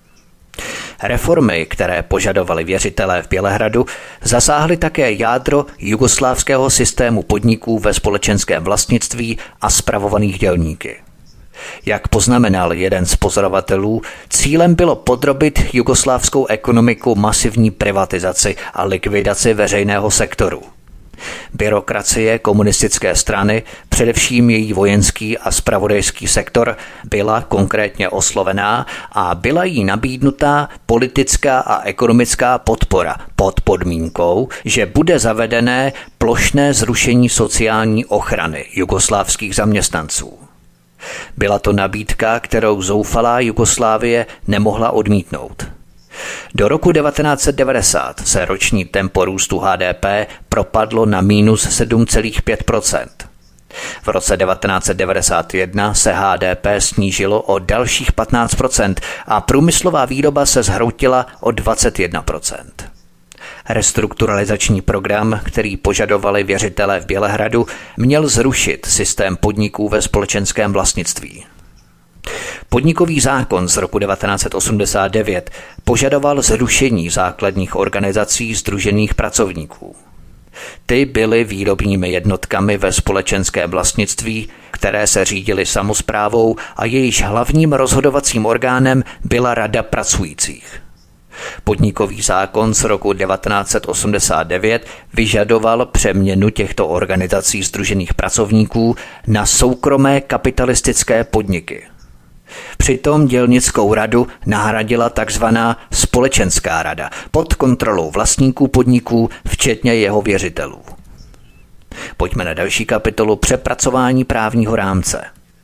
Reformy, které požadovali věřitelé v Bělehradu, zasáhly také jádro jugoslávského systému podniků ve společenském vlastnictví a spravovaných dělníky. Jak poznamenal jeden z pozorovatelů, cílem bylo podrobit jugoslávskou ekonomiku masivní privatizaci a likvidaci veřejného sektoru. Byrokracie komunistické strany, především její vojenský a zpravodajský sektor, byla konkrétně oslovená a byla jí nabídnutá politická a ekonomická podpora pod podmínkou, že bude zavedené plošné zrušení sociální ochrany jugoslávských zaměstnanců. Byla to nabídka, kterou zoufalá Jugoslávie nemohla odmítnout. Do roku devatenáct set devadesát se roční tempo růstu H D P propadlo na mínus sedm celá pět procent. V roce devatenáct set devadesát jedna se H D P snížilo o dalších patnáct procent a průmyslová výroba se zhroutila o dvacet jedna procent. Restrukturalizační program, který požadovali věřitelé v Bělehradu, měl zrušit systém podniků ve společenském vlastnictví. Podnikový zákon z roku devatenáct set osmdesát devět požadoval zrušení základních organizací sdružených pracovníků. Ty byly výrobními jednotkami ve společenském vlastnictví, které se řídily samosprávou a jejíž hlavním rozhodovacím orgánem byla Rada pracujících. Podnikový zákon z roku devatenáct set osmdesát devět vyžadoval přeměnu těchto organizací sdružených pracovníků na soukromé kapitalistické podniky. Přitom dělnickou radu nahradila takzvaná společenská rada pod kontrolou vlastníků podniků, včetně jeho věřitelů. Pojďme na další kapitolu přepracování právního rámce.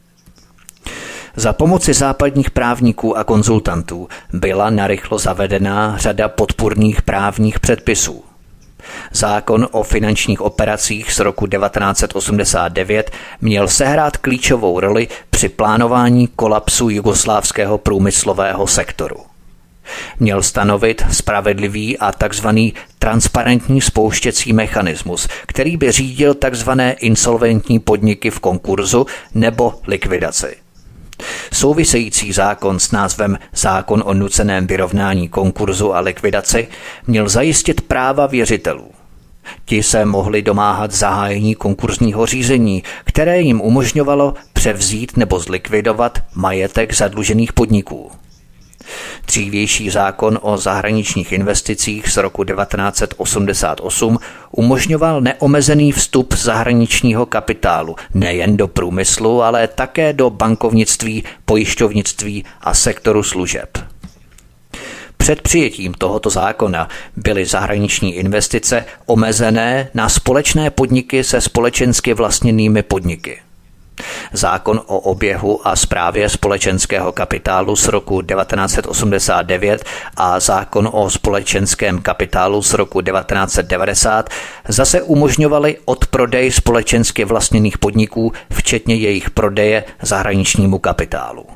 Za pomoci západních právníků a konzultantů byla narychlo zavedená řada podpůrných právních předpisů. Zákon o finančních operacích z roku devatenáct set osmdesát devět měl sehrát klíčovou roli při plánování kolapsu jugoslávského průmyslového sektoru. Měl stanovit spravedlivý a takzvaný transparentní spouštěcí mechanismus, který by řídil takzvané insolventní podniky v konkurzu nebo likvidaci. Související zákon s názvem Zákon o nuceném vyrovnání konkurzu a likvidaci měl zajistit práva věřitelů. Ti se mohli domáhat zahájení konkurzního řízení, které jim umožňovalo převzít nebo zlikvidovat majetek zadlužených podniků. Dřívější zákon o zahraničních investicích z roku devatenáct set osmdesát osm umožňoval neomezený vstup zahraničního kapitálu nejen do průmyslu, ale také do bankovnictví, pojišťovnictví a sektoru služeb. Před přijetím tohoto zákona byly zahraniční investice omezené na společné podniky se společensky vlastněnými podniky. Zákon o oběhu a správě společenského kapitálu z roku devatenáct set osmdesát devět a zákon o společenském kapitálu z roku devatenáct set devadesát zase umožňovaly odprodej společensky vlastněných podniků, včetně jejich prodeje zahraničnímu kapitálu.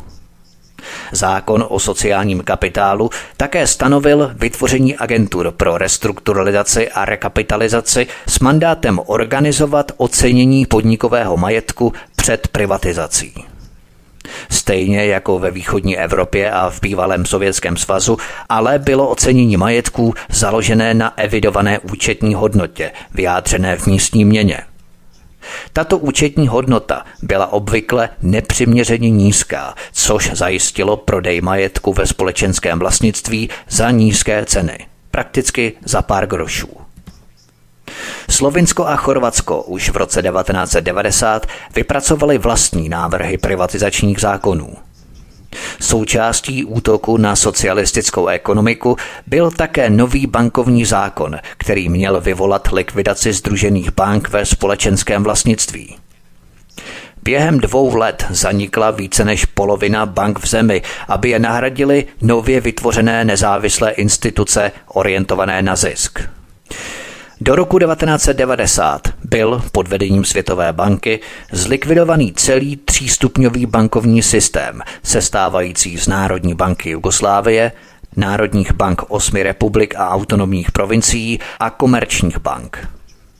Zákon o sociálním kapitálu také stanovil vytvoření agentur pro restrukturalizaci a rekapitalizaci s mandátem organizovat ocenění podnikového majetku před privatizací. Stejně jako ve východní Evropě a v bývalém Sovětském svazu, ale bylo ocenění majetků založené na evidované účetní hodnotě, vyjádřené v místní měně. Tato účetní hodnota byla obvykle nepřiměřeně nízká, což zajistilo prodej majetku ve společenském vlastnictví za nízké ceny, prakticky za pár grošů. Slovinsko a Chorvatsko už v roce devatenáct set devadesát vypracovali vlastní návrhy privatizačních zákonů. Součástí útoku na socialistickou ekonomiku byl také nový bankovní zákon, který měl vyvolat likvidaci sdružených bank ve společenském vlastnictví. Během dvou let zanikla více než polovina bank v zemi, aby je nahradily nově vytvořené nezávislé instituce orientované na zisk. Do roku devatenáct set devadesát byl pod vedením Světové banky zlikvidovaný celý třístupňový bankovní systém, sestávající z Národní banky Jugoslávie, národních bank osmi republik a autonomních provincií a komerčních bank.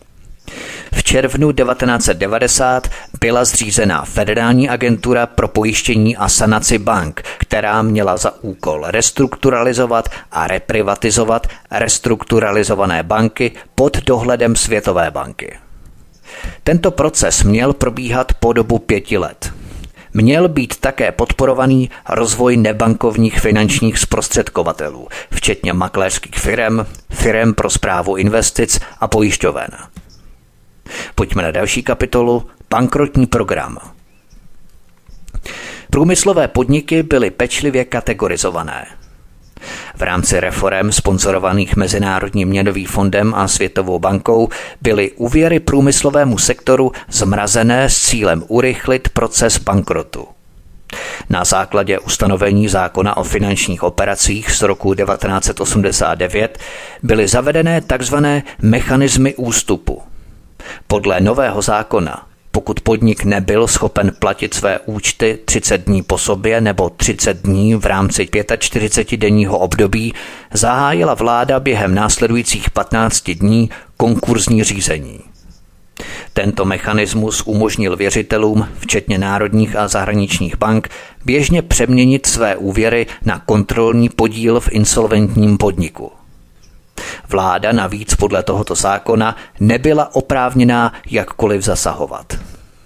V červnu devatenáct set devadesát byla zřízena Federální agentura pro pojištění a sanaci bank, která měla za úkol restrukturalizovat a reprivatizovat restrukturalizované banky pod dohledem Světové banky. Tento proces měl probíhat po dobu pěti let. Měl být také podporovaný rozvoj nebankovních finančních zprostředkovatelů, včetně makléřských firem, firem pro správu investic a pojišťoven. Pojďme na další kapitolu, bankrotní program. Průmyslové podniky byly pečlivě kategorizované. V rámci reforem sponzorovaných Mezinárodním měnovým fondem a Světovou bankou byly úvěry průmyslovému sektoru zmrazené s cílem urychlit proces bankrotu. Na základě ustanovení zákona o finančních operacích z roku devatenáct set osmdesát devět byly zavedené tzv. Mechanismy ústupu. Podle nového zákona, pokud podnik nebyl schopen platit své účty třicet dní po sobě nebo třicet dní v rámci čtyřicetidenního období, zahájila vláda během následujících patnácti dní konkurzní řízení. Tento mechanismus umožnil věřitelům, včetně národních a zahraničních bank, běžně přeměnit své úvěry na kontrolní podíl v insolventním podniku. Vláda navíc podle tohoto zákona nebyla oprávněná jakkoliv zasahovat.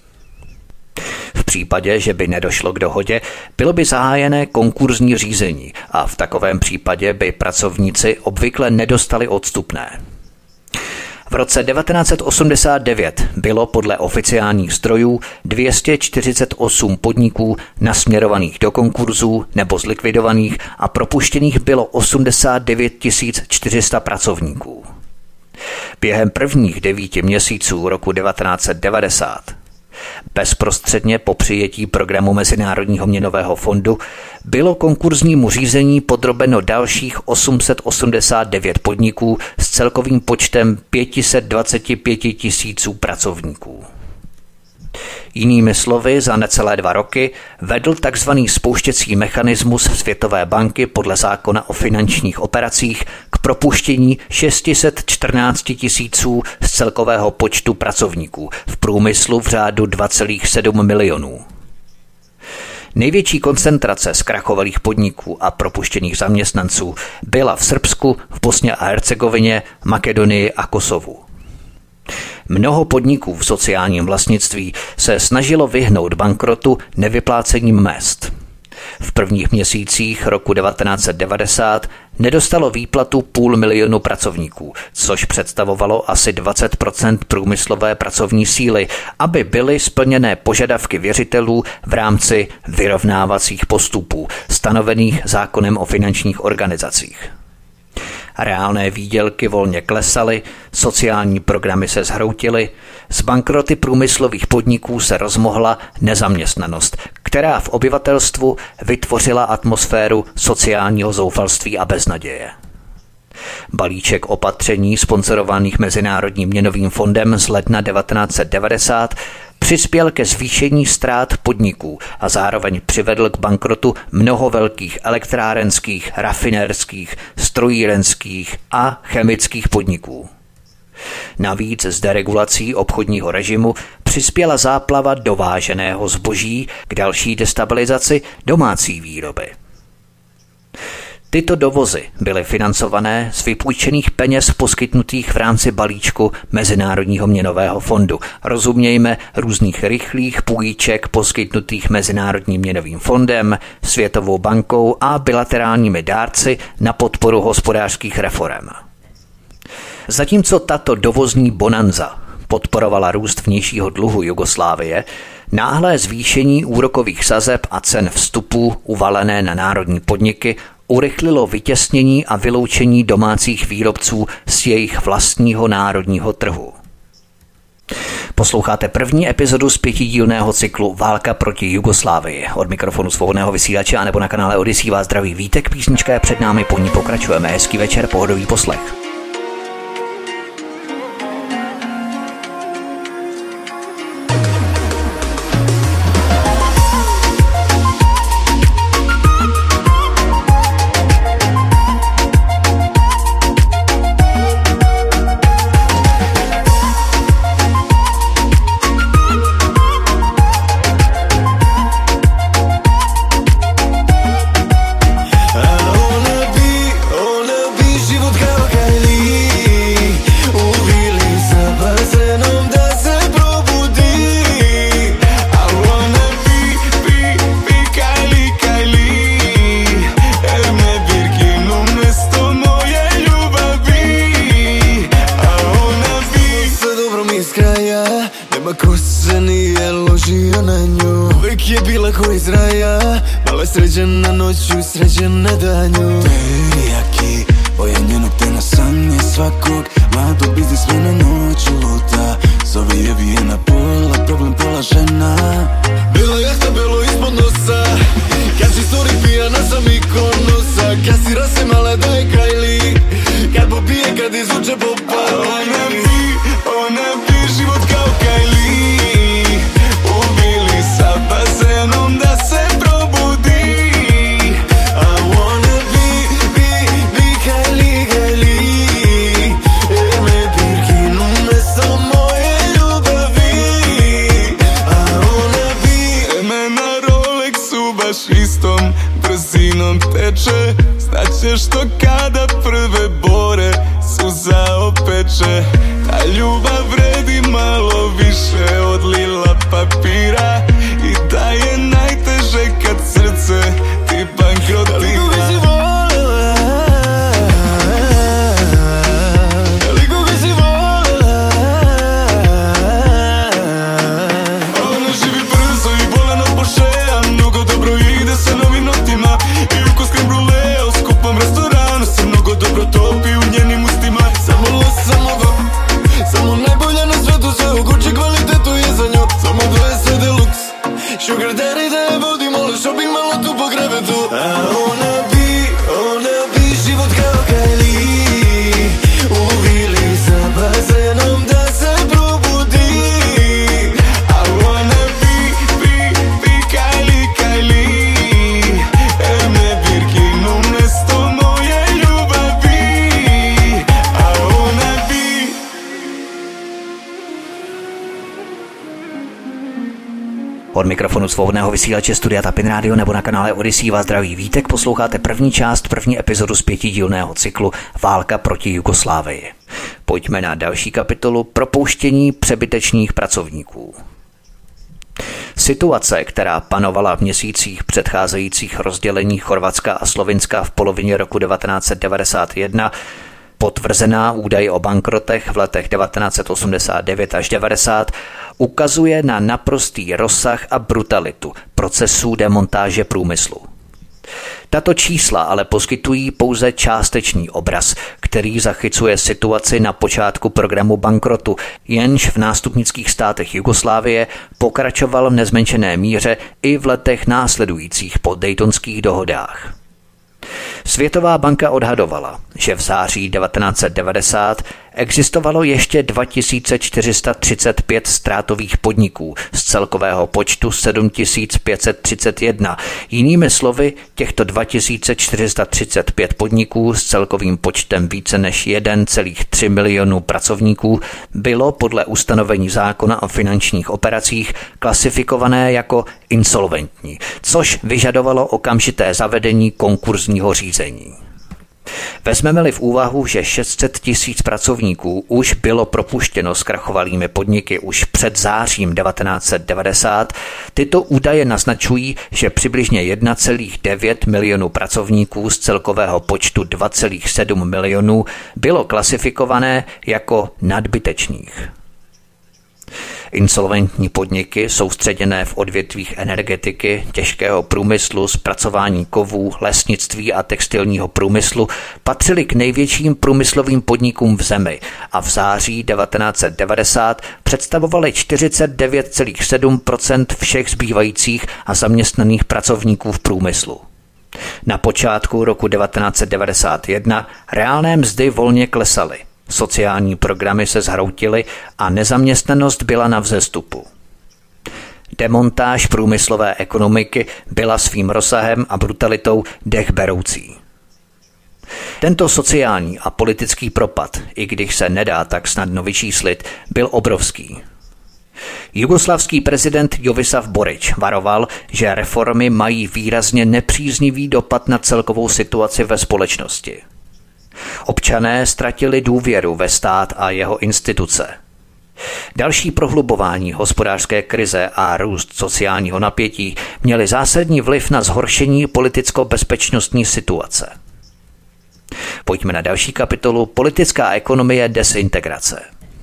V případě, že by nedošlo k dohodě, bylo by zahájené konkurzní řízení a v takovém případě by pracovníci obvykle nedostali odstupné. V roce devatenáct set osmdesát devět bylo podle oficiálních zdrojů dvě stě čtyřicet osm podniků nasměrovaných do konkurzů nebo zlikvidovaných a propuštěných bylo osmdesát devět tisíc čtyři sta pracovníků. Během prvních devíti měsíců roku devatenáct set devadesát, bezprostředně po přijetí programu Mezinárodního měnového fondu, bylo konkurznímu řízení podrobeno dalších osm set osmdesát devět podniků s celkovým počtem pět set dvacet pět tisíců pracovníků. Jinými slovy, za necelé dva roky vedl tzv. Spouštěcí mechanismus Světové banky podle zákona o finančních operacích k propuštění šest set čtrnáct tisíců z celkového počtu pracovníků v průmyslu v řádu dva celá sedm milionů. Největší koncentrace zkrachovalých podniků a propuštěných zaměstnanců byla v Srbsku, v Bosně a Hercegovině, Makedonii a Kosovu. Mnoho podniků v sociálním vlastnictví se snažilo vyhnout bankrotu nevyplácením mezd. V prvních měsících roku devatenáct set devadesát nedostalo výplatu půl milionu pracovníků, což představovalo asi dvacet procent průmyslové pracovní síly, aby byly splněné požadavky věřitelů v rámci vyrovnávacích postupů stanovených zákonem o finančních organizacích. Reálné výdělky volně klesaly, sociální programy se zhroutily, z bankroty průmyslových podniků se rozmohla nezaměstnanost, která v obyvatelstvu vytvořila atmosféru sociálního zoufalství a beznaděje. Balíček opatření sponzorovaných Mezinárodním měnovým fondem z ledna devatenáct set devadesát přispěl ke zvýšení ztrát podniků a zároveň přivedl k bankrotu mnoho velkých elektrárenských, rafinérských, strojírenských a chemických podniků. Navíc s deregulací obchodního režimu přispěla záplava dováženého zboží k další destabilizaci domácí výroby. Tyto dovozy byly financované z vypůjčených peněz poskytnutých v rámci balíčku Mezinárodního měnového fondu. Rozumějme různých rychlých půjček poskytnutých Mezinárodním měnovým fondem, Světovou bankou a bilaterálními dárci na podporu hospodářských reforem. Zatímco tato dovozní bonanza podporovala růst vnějšího dluhu Jugoslávie, náhlé zvýšení úrokových sazeb a cen vstupů uvalené na národní podniky urychlilo vytěsnění a vyloučení domácích výrobců z jejich vlastního národního trhu. Posloucháte první epizodu z pětidílného cyklu Válka proti Jugoslávii. Od mikrofonu Svobodného vysílače a nebo na kanále Odyssey vás zdraví Vítek, písnička je před námi, po ní pokračujeme. Hezký večer, pohodový poslech. Sređena noću, sređena danju Terijaki, ojenjenog te na sanje svakog Mladog biznismena noću luta Zove je vijena pola, problem pola žena Bila jahta, belo ispod nosa Kad si story pijana sam ikonosa Kasira se mala da je Kylie Kad popije, kad izvuče popali Ona bi, ona bi život kao Kylie Ubili sa bazenom da se istom brzinom teče Znaće što kada prve bore suza opeče Ta ljubav vredi malo više od lila papira I da je najteže kad srce ti bankrotira Sugar daddy da je vodim, ali shopping malo tu po krevetu A ona bi, ona bi život kao Kylie Uvili sa bazenom da se probudi A ona bi, bi, bi Kylie, Kylie Eme Birkin umjesto moje ljubavi A ona bi Od mikrofonu Svobodného vysílače Studia Tapin Radio nebo na kanále Odyssey vás zdraví Vítek, posloucháte první část, první epizodu z pětidílného cyklu Válka proti Jugoslávii. Pojďme na další kapitolu Propouštění přebytečných pracovníků. Situace, která panovala v měsících předcházejících rozdělení Chorvatska a Slovinska v polovině roku devatenáct set devadesát jedna, potvrzená údaji o bankrotech v letech devatenáct set osmdesát devět až devadesát, ukazuje na naprostý rozsah a brutalitu procesů demontáže průmyslu. Tato čísla ale poskytují pouze částečný obraz, který zachycuje situaci na počátku programu bankrotu, jenž v nástupnických státech Jugoslávie pokračoval v nezmenšené míře i v letech následujících po Daytonských dohodách. Světová banka odhadovala, že v září devatenáct set devadesát existovalo ještě dva tisíce čtyři sta třicet pět ztrátových podniků z celkového počtu sedm tisíc pět set třicet jedna. Jinými slovy, těchto dva tisíce čtyři sta třicet pět podniků s celkovým počtem více než jedna celá tři milionu pracovníků bylo podle ustanovení zákona o finančních operacích klasifikované jako insolventní, což vyžadovalo okamžité zavedení konkurzního řízení. Vezmeme-li v úvahu, že šest set tisíc pracovníků už bylo propuštěno zkrachovalými podniky už před zářím devatenáct set devadesát, tyto údaje naznačují, že přibližně jedna celá devět milionu pracovníků z celkového počtu dva celá sedm milionů bylo klasifikované jako nadbytečných. Insolventní podniky soustředěné v odvětvích energetiky, těžkého průmyslu, zpracování kovů, lesnictví a textilního průmyslu patřily k největším průmyslovým podnikům v zemi a v září devatenáct set devadesát představovaly čtyřicet devět celá sedm procenta všech zbývajících a zaměstnaných pracovníků v průmyslu. Na počátku roku devatenáct set devadesát jedna reálné mzdy volně klesaly. Sociální programy se zhroutily a nezaměstnanost byla na vzestupu. Demontáž průmyslové ekonomiky byla svým rozsahem a brutalitou dechberoucí. Tento sociální a politický propad, i když se nedá tak snadno vyčíslit, byl obrovský. Jugoslavský prezident Jovislav Borić varoval, že reformy mají výrazně nepříznivý dopad na celkovou situaci ve společnosti. Občané ztratili důvěru ve stát a jeho instituce. Další prohlubování hospodářské krize a růst sociálního napětí měly zásadní vliv na zhoršení politicko-bezpečnostní situace. Pojďme na další kapitolu Politická ekonomie desintegrace.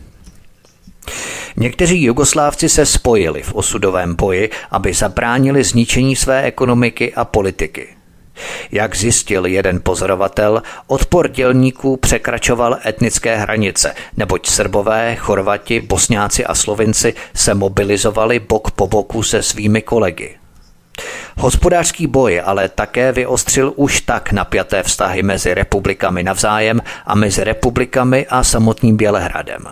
Někteří Jugoslávci se spojili v osudovém boji, aby zabránili zničení své ekonomiky a politiky. Jak zjistil jeden pozorovatel, odpor dělníků překračoval etnické hranice, neboť Srbové, Chorvati, Bosňáci a Slovinci se mobilizovali bok po boku se svými kolegy. Hospodářský boj ale také vyostřil už tak napjaté vztahy mezi republikami navzájem a mezi republikami a samotným Bělehradem.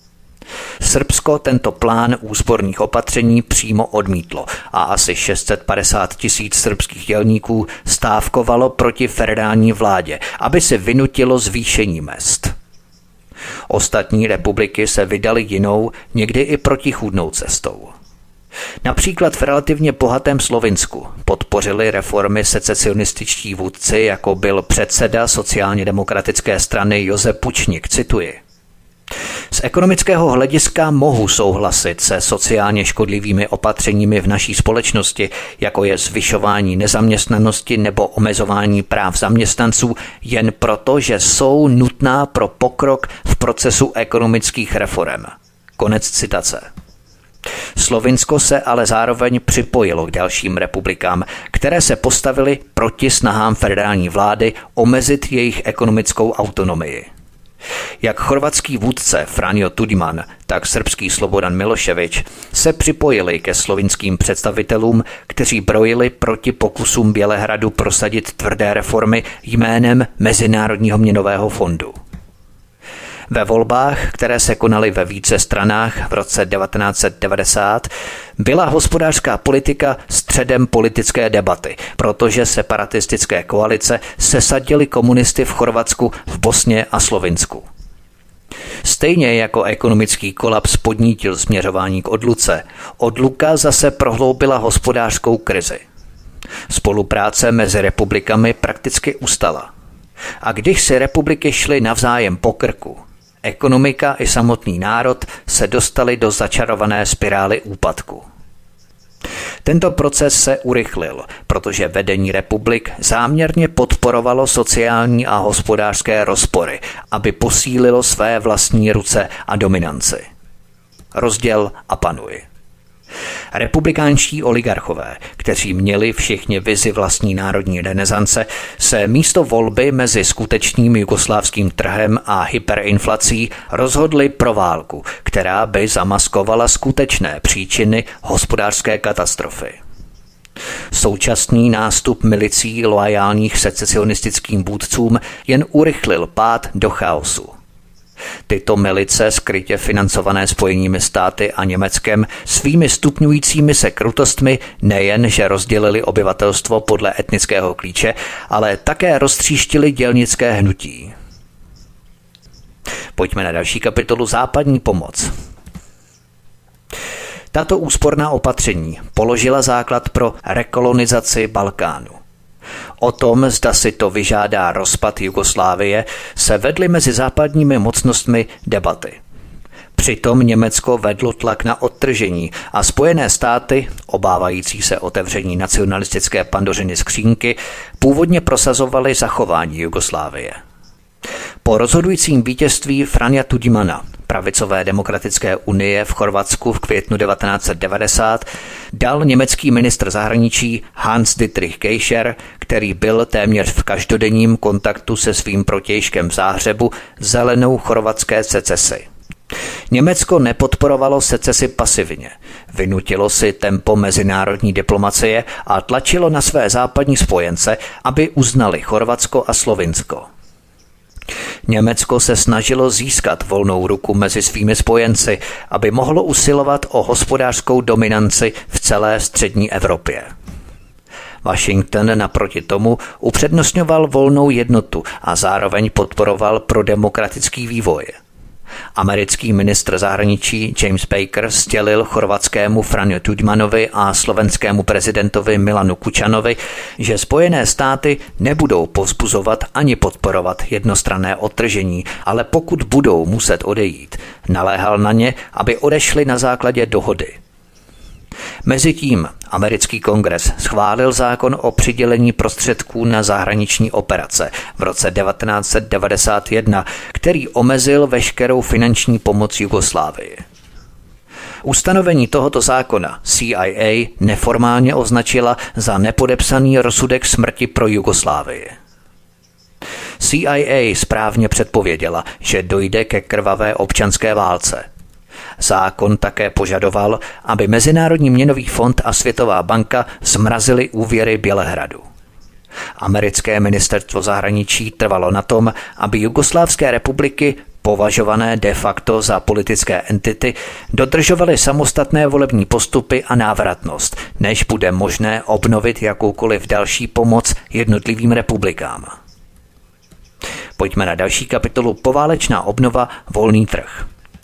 Srbsko tento plán úsporných opatření přímo odmítlo a asi šest set padesát tisíc srbských dělníků stávkovalo proti federální vládě, aby se vynutilo zvýšení mezd. Ostatní republiky se vydaly jinou, někdy i protichůdnou cestou. Například v relativně bohatém Slovinsku podpořili reformy secesionističtí vůdci, jako byl předseda sociálně demokratické strany Josef Pučnik, cituji. Z ekonomického hlediska mohu souhlasit se sociálně škodlivými opatřeními v naší společnosti, jako je zvyšování nezaměstnanosti nebo omezování práv zaměstnanců, jen proto, že jsou nutná pro pokrok v procesu ekonomických reforem. Konec citace. Slovinsko se ale zároveň připojilo k dalším republikám, které se postavily proti snahám federální vlády omezit jejich ekonomickou autonomii. Jak chorvatský vůdce Franjo Tuđman, tak srbský Slobodan Milošević se připojili ke slovinským představitelům, kteří brojili proti pokusům Bělehradu prosadit tvrdé reformy jménem Mezinárodního měnového fondu. Ve volbách, které se konaly ve více stranách v roce devatenáct set devadesát, byla hospodářská politika středem politické debaty, protože separatistické koalice sesadily komunisty v Chorvatsku, v Bosně a Slovinsku. Stejně jako ekonomický kolaps podnítil směřování k odluce, odluka zase prohloubila hospodářskou krizi. Spolupráce mezi republikami prakticky ustala. A když si republiky šly navzájem po krku, ekonomika i samotný národ se dostali do začarované spirály úpadku. Tento proces se urychlil, protože vedení republik záměrně podporovalo sociální a hospodářské rozpory, aby posílilo své vlastní ruce a dominanci. Rozděl a panuj. Republikánští oligarchové, kteří měli všichni vizi vlastní národní renesance, se místo volby mezi skutečným jugoslávským trhem a hyperinflací rozhodli pro válku, která by zamaskovala skutečné příčiny hospodářské katastrofy. Současný nástup milicí loajálních secesionistickým vůdcům jen urychlil pád do chaosu. Tyto milice, skrytě financované Spojenými státy a Německem, svými stupňujícími se krutostmi nejen, že rozdělili obyvatelstvo podle etnického klíče, ale také roztříštili dělnické hnutí. Pojďme na další kapitolu Západní pomoc. Tato úsporná opatření položila základ pro rekolonizaci Balkánu. O tom, zda si to vyžádá rozpad Jugoslávie, se vedly mezi západními mocnostmi debaty. Přitom Německo vedlo tlak na odtržení a Spojené státy, obávající se otevření nacionalistické Pandořiny skřínky, původně prosazovaly zachování Jugoslávie. Po rozhodujícím vítězství Franja Tudjmana, pravicové demokratické unie v Chorvatsku v květnu devatenáct set devadesát, dal německý ministr zahraničí Hans-Dietrich Geicher, který byl téměř v každodenním kontaktu se svým protějškem v Záhřebu, zelenou chorvatské secesi. Německo nepodporovalo secesi pasivně, vynutilo si tempo mezinárodní diplomacie a tlačilo na své západní spojence, aby uznali Chorvatsko a Slovinsko. Německo se snažilo získat volnou ruku mezi svými spojenci, aby mohlo usilovat o hospodářskou dominanci v celé střední Evropě. Washington naproti tomu upřednostňoval volnou jednotu a zároveň podporoval prodemokratický vývoj. Americký ministr zahraničí James Baker sdělil chorvatskému Franju Tudjmanovi a slovenskému prezidentovi Milanu Kučanovi, že Spojené státy nebudou povzbuzovat ani podporovat jednostranné odtržení, ale pokud budou muset odejít, naléhal na ně, aby odešli na základě dohody. Mezitím americký kongres schválil zákon o přidělení prostředků na zahraniční operace v roce devatenáct set devadesát jedna, který omezil veškerou finanční pomoc Jugoslávii. Ustanovení tohoto zákona C I A neformálně označila za nepodepsaný rozsudek smrti pro Jugoslávii. C I A správně předpověděla, že dojde ke krvavé občanské válce. Zákon také požadoval, aby Mezinárodní měnový fond a Světová banka zmrazily úvěry Bělehradu. Americké ministerstvo zahraničí trvalo na tom, aby jugoslávské republiky, považované de facto za politické entity, dodržovaly samostatné volební postupy a návratnost, než bude možné obnovit jakoukoliv další pomoc jednotlivým republikám. Pojďme na další kapitolu Poválečná obnova, volný trh.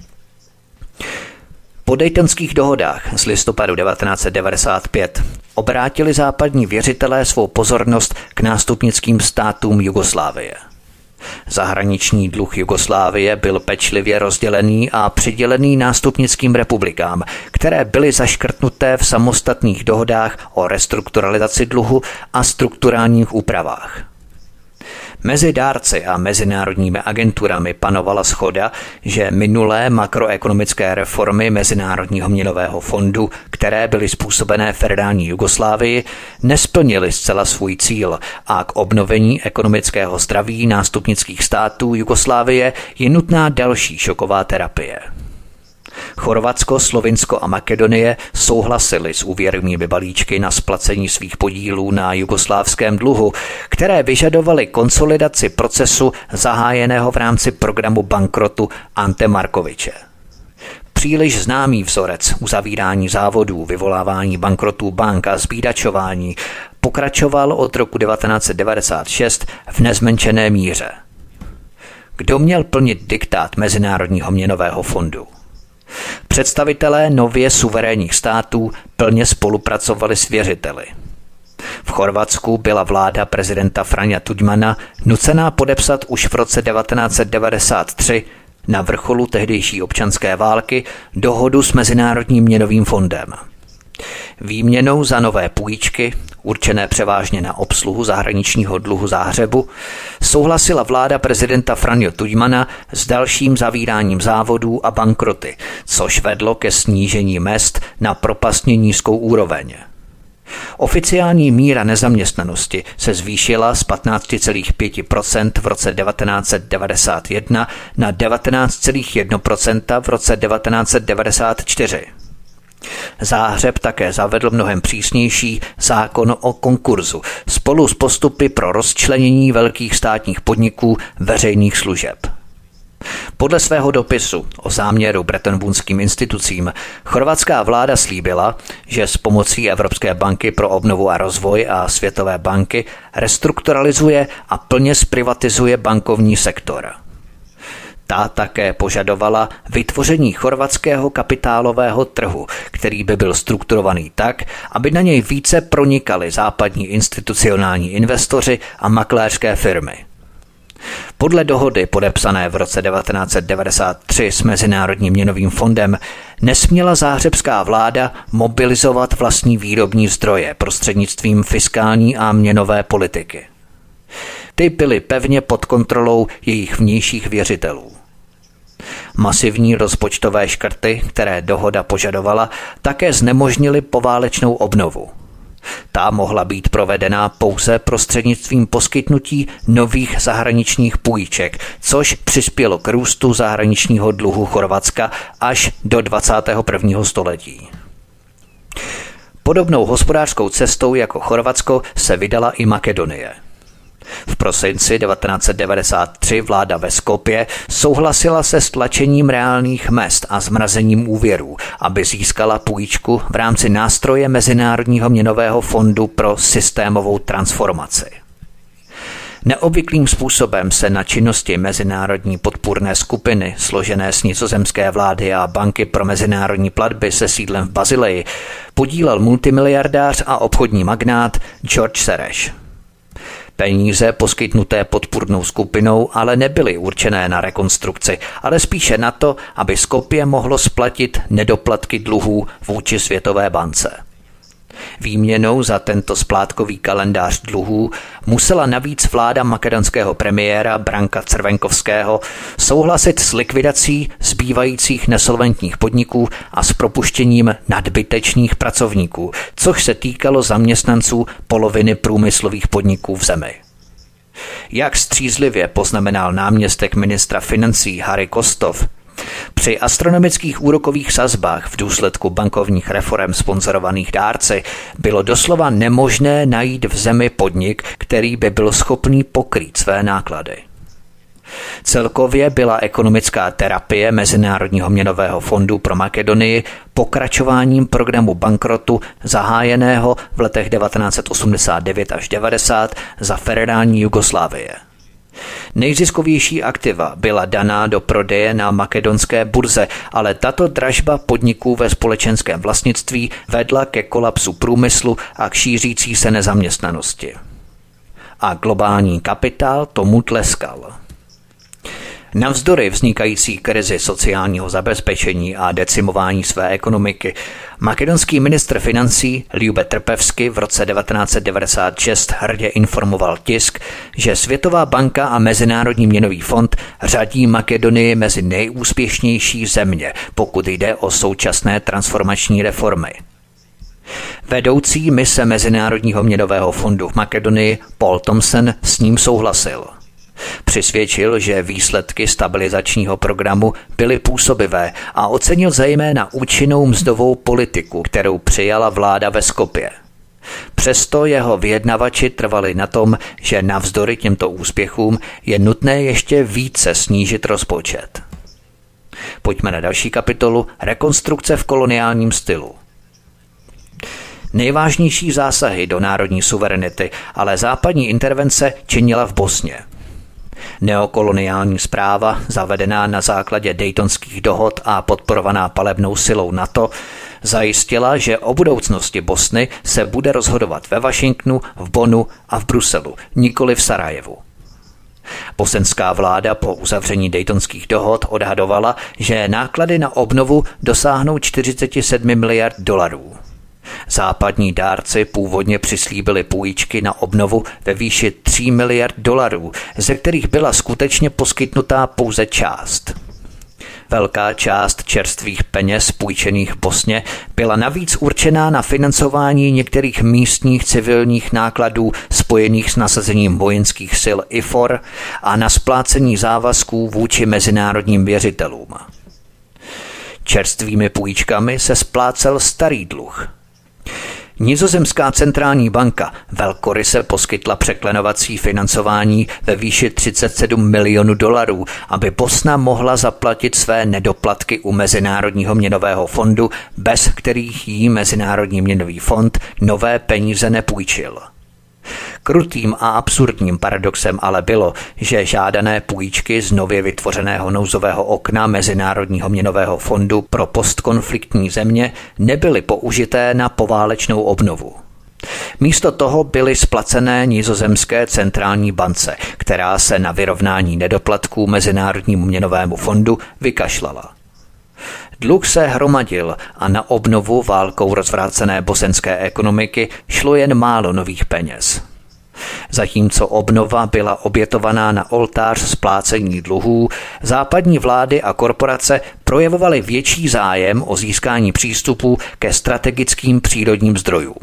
Po Daytonských dohodách z listopadu devatenáct set devadesát pět obrátili západní věřitelé svou pozornost k nástupnickým státům Jugoslávie. Zahraniční dluh Jugoslávie byl pečlivě rozdělený a přidělený nástupnickým republikám, které byly zaškrtnuté v samostatných dohodách o restrukturalizaci dluhu a strukturálních úpravách. Mezi dárci a mezinárodními agenturami panovala shoda, že minulé makroekonomické reformy Mezinárodního měnového fondu, které byly způsobené federální Jugoslávii, nesplnily zcela svůj cíl a k obnovení ekonomického zdraví nástupnických států Jugoslávie je nutná další šoková terapie. Chorvatsko, Slovinsko a Makedonie souhlasili s úvěrovými balíčky na splacení svých podílů na jugoslávském dluhu, které vyžadovaly konsolidaci procesu zahájeného v rámci programu bankrotu Ante Markoviče. Příliš známý vzorec uzavírání závodů, vyvolávání bankrotů bank a zbídačování pokračoval od roku devatenáct set devadesát šest v nezmenšené míře. Kdo měl plnit diktát Mezinárodního měnového fondu? Představitelé nově suverénních států plně spolupracovali s věřiteli. V Chorvatsku byla vláda prezidenta Franja Tudjmana nucená podepsat už v roce devatenáct set devadesát tři na vrcholu tehdejší občanské války dohodu s Mezinárodním měnovým fondem. Výměnou za nové půjčky, určené převážně na obsluhu zahraničního dluhu Záhřebu, souhlasila vláda prezidenta Franjo Tuđmana s dalším zavíráním závodů a bankroty, což vedlo ke snížení mezd na propastně nízkou úroveň. Oficiální míra nezaměstnanosti se zvýšila z patnáct celá pět procenta v roce devatenáct set devadesát jedna na devatenáct celá jedna procenta v roce devatenáct set devadesát čtyři. Záhřeb také zavedl mnohem přísnější zákon o konkurzu spolu s postupy pro rozčlenění velkých státních podniků veřejných služeb. Podle svého dopisu o záměru bretonwoodským institucím chorvatská vláda slíbila, že s pomocí Evropské banky pro obnovu a rozvoj a Světové banky restrukturalizuje a plně zprivatizuje bankovní sektor. Ta také požadovala vytvoření chorvatského kapitálového trhu, který by byl strukturovaný tak, aby na něj více pronikali západní institucionální investoři a makléřské firmy. Podle dohody podepsané v roce devatenáct set devadesát tři s Mezinárodním měnovým fondem nesměla záhřebská vláda mobilizovat vlastní výrobní zdroje prostřednictvím fiskální a měnové politiky. Ty byly pevně pod kontrolou jejich vnějších věřitelů. Masivní rozpočtové škrty, které dohoda požadovala, také znemožnily poválečnou obnovu. Ta mohla být provedena pouze prostřednictvím poskytnutí nových zahraničních půjček, což přispělo k růstu zahraničního dluhu Chorvatska až do dvacátého prvního století. Podobnou hospodářskou cestou jako Chorvatsko se vydala i Makedonie. V prosinci devatenáct set devadesát tři vláda ve Skopje souhlasila se stlačením reálných mezd a zmrazením úvěrů, aby získala půjčku v rámci nástroje Mezinárodního měnového fondu pro systémovou transformaci. Neobvyklým způsobem se na činnosti mezinárodní podpůrné skupiny složené z nizozemské vlády a banky pro mezinárodní platby se sídlem v Basileji podílel multimiliardář a obchodní magnát George Soros. Peníze poskytnuté podpůrnou skupinou ale nebyly určené na rekonstrukci, ale spíše na to, aby Skopje mohlo splatit nedoplatky dluhů vůči Světové bance. Výměnou za tento splátkový kalendář dluhů musela navíc vláda makedonského premiéra Branka Crvenkovského souhlasit s likvidací zbývajících nesolventních podniků a s propuštěním nadbytečných pracovníků, což se týkalo zaměstnanců poloviny průmyslových podniků v zemi. Jak střízlivě poznamenal náměstek ministra financí Harry Kostov, při astronomických úrokových sazbách v důsledku bankovních reforem sponzorovaných dárci bylo doslova nemožné najít v zemi podnik, který by byl schopný pokrýt své náklady. Celkově byla ekonomická terapie Mezinárodního měnového fondu pro Makedonii pokračováním programu bankrotu zahájeného v letech devatenáct set osmdesát devět až devadesát za federální Jugoslávie. Nejziskovější aktiva byla daná do prodeje na makedonské burze, ale tato dražba podniků ve společenském vlastnictví vedla ke kolapsu průmyslu a k šířící se nezaměstnanosti. A globální kapitál tomu tleskal. Navzdory vznikající krizi sociálního zabezpečení a decimování své ekonomiky, makedonský ministr financí Ljube Trpevsky v roce devatenáct set devadesát šest hrdě informoval tisk, že Světová banka a Mezinárodní měnový fond řadí Makedonii mezi nejúspěšnější země, pokud jde o současné transformační reformy. Vedoucí mise Mezinárodního měnového fondu v Makedonii Paul Thompson s ním souhlasil. Přisvědčil, že výsledky stabilizačního programu byly působivé a ocenil zejména účinnou mzdovou politiku, kterou přijala vláda ve Skopje. Přesto jeho vyjednavači trvali na tom, že navzdory těmto úspěchům je nutné ještě více snížit rozpočet. Pojďme na další kapitolu Rekonstrukce v koloniálním stylu. Nejvážnější zásahy do národní suverenity, ale západní intervence činila v Bosně. Neokoloniální správa, zavedená na základě Daytonských dohod a podporovaná palebnou silou NATO, zajistila, že o budoucnosti Bosny se bude rozhodovat ve Washingtonu, v Bonnu a v Bruselu, nikoli v Sarajevu. Bosenská vláda po uzavření Daytonských dohod odhadovala, že náklady na obnovu dosáhnou čtyřicet sedm miliard dolarů. Západní dárci původně přislíbili půjčky na obnovu ve výši tří miliard dolarů, ze kterých byla skutečně poskytnutá pouze část. Velká část čerstvých peněz půjčených v Bosně byla navíc určená na financování některých místních civilních nákladů spojených s nasazením vojenských sil I F O R a na splácení závazků vůči mezinárodním věřitelům. Čerstvými půjčkami se splácel starý dluh. Nizozemská centrální banka velkoryse poskytla překlenovací financování ve výši třicet sedm milionů dolarů, aby Bosna mohla zaplatit své nedoplatky u Mezinárodního měnového fondu, bez kterých jí Mezinárodní měnový fond nové peníze nepůjčil. Krutým a absurdním paradoxem ale bylo, že žádané půjčky z nově vytvořeného nouzového okna Mezinárodního měnového fondu pro postkonfliktní země nebyly použité na poválečnou obnovu. Místo toho byly splacené nizozemské centrální bance, která se na vyrovnání nedoplatků Mezinárodnímu měnovému fondu vykašlala. Dluh se hromadil a na obnovu válkou rozvrácené bosenské ekonomiky šlo jen málo nových peněz. Zatímco obnova byla obětovaná na oltář splácení dluhů, západní vlády a korporace projevovaly větší zájem o získání přístupu ke strategickým přírodním zdrojům.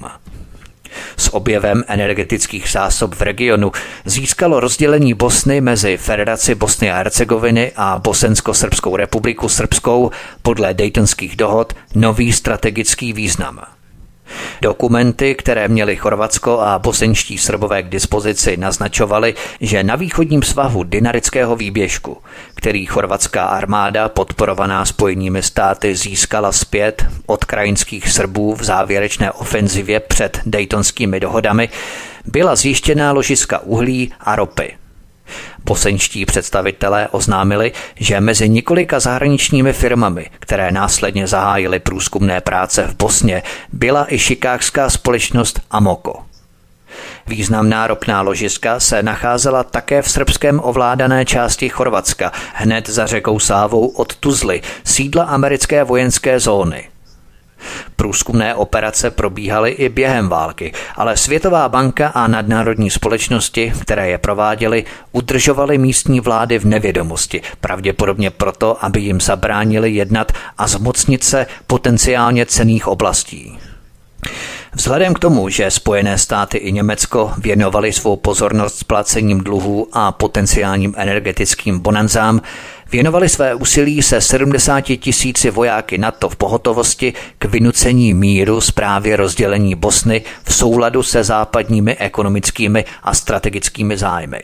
S objevem energetických zásob v regionu získalo rozdělení Bosny mezi Federaci Bosny a Hercegoviny a Bosensko-srbskou republiku srbskou podle Daytonských dohod nový strategický význam. Dokumenty, které měly Chorvatsko a bosenští Srbové k dispozici, naznačovaly, že na východním svahu Dinarického výběžku, který chorvatská armáda podporovaná Spojenými státy získala zpět od krajinských Srbů v závěrečné ofenzivě před Daytonskými dohodami, byla zjištěná ložiska uhlí a ropy. Bosenští představitelé oznámili, že mezi několika zahraničními firmami, které následně zahájily průzkumné práce v Bosně, byla i šikákská společnost Amoco. Významná ropná ložiska se nacházela také v srbském ovládané části Chorvatska, hned za řekou Sávou od Tuzly, sídla americké vojenské zóny. Průzkumné operace probíhaly i během války, ale Světová banka a nadnárodní společnosti, které je prováděly, udržovaly místní vlády v nevědomosti, pravděpodobně proto, aby jim zabránili jednat a zmocnit se potenciálně cenných oblastí. Vzhledem k tomu, že Spojené státy i Německo věnovali svou pozornost splacením dluhů a potenciálním energetickým bonanzám, věnovali své úsilí se sedmdesáti tisíci vojáky NATO v pohotovosti k vynucení míru správě rozdělení Bosny v souladu se západními ekonomickými a strategickými zájmy.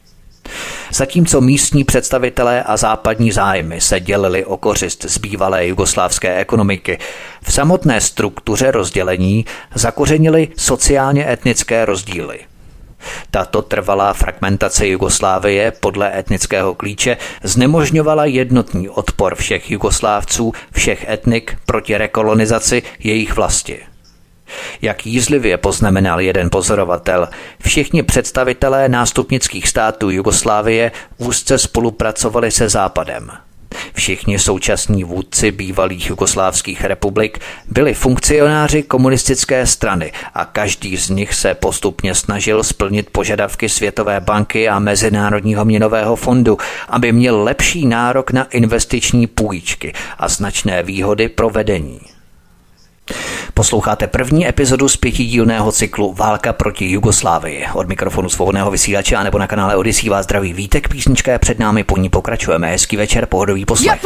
Zatímco místní představitelé a západní zájmy se dělili o kořist z bývalé jugoslávské ekonomiky, v samotné struktuře rozdělení zakořenily sociálně etnické rozdíly. Tato trvalá fragmentace Jugoslávie podle etnického klíče znemožňovala jednotný odpor všech Jugoslávců, všech etnik proti rekolonizaci jejich vlasti. Jak jízlivě poznamenal jeden pozorovatel, všichni představitelé nástupnických států Jugoslávie úzce spolupracovali se Západem. Všichni současní vůdci bývalých jugoslávských republik byli funkcionáři komunistické strany a každý z nich se postupně snažil splnit požadavky Světové banky a Mezinárodního měnového fondu, aby měl lepší nárok na investiční půjčky a značné výhody pro vedení. Posloucháte první epizodu z pětidílného cyklu Válka proti Jugoslávii. Od mikrofonu Svobodného vysílače a nebo na kanále Odyssey vás zdraví Vítek, písnička je před námi, po ní pokračujeme. Hezký večer, pohodový poslech.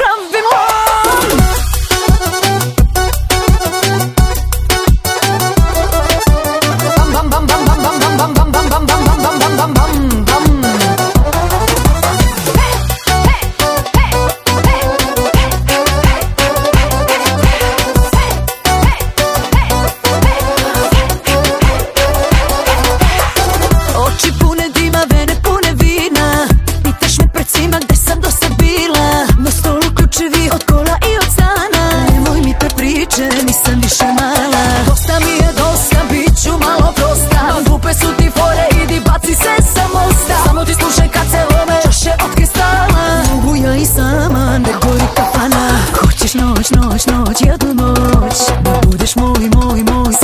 Noć, noć, noć, jednu noć, da budeš moj, moj, moj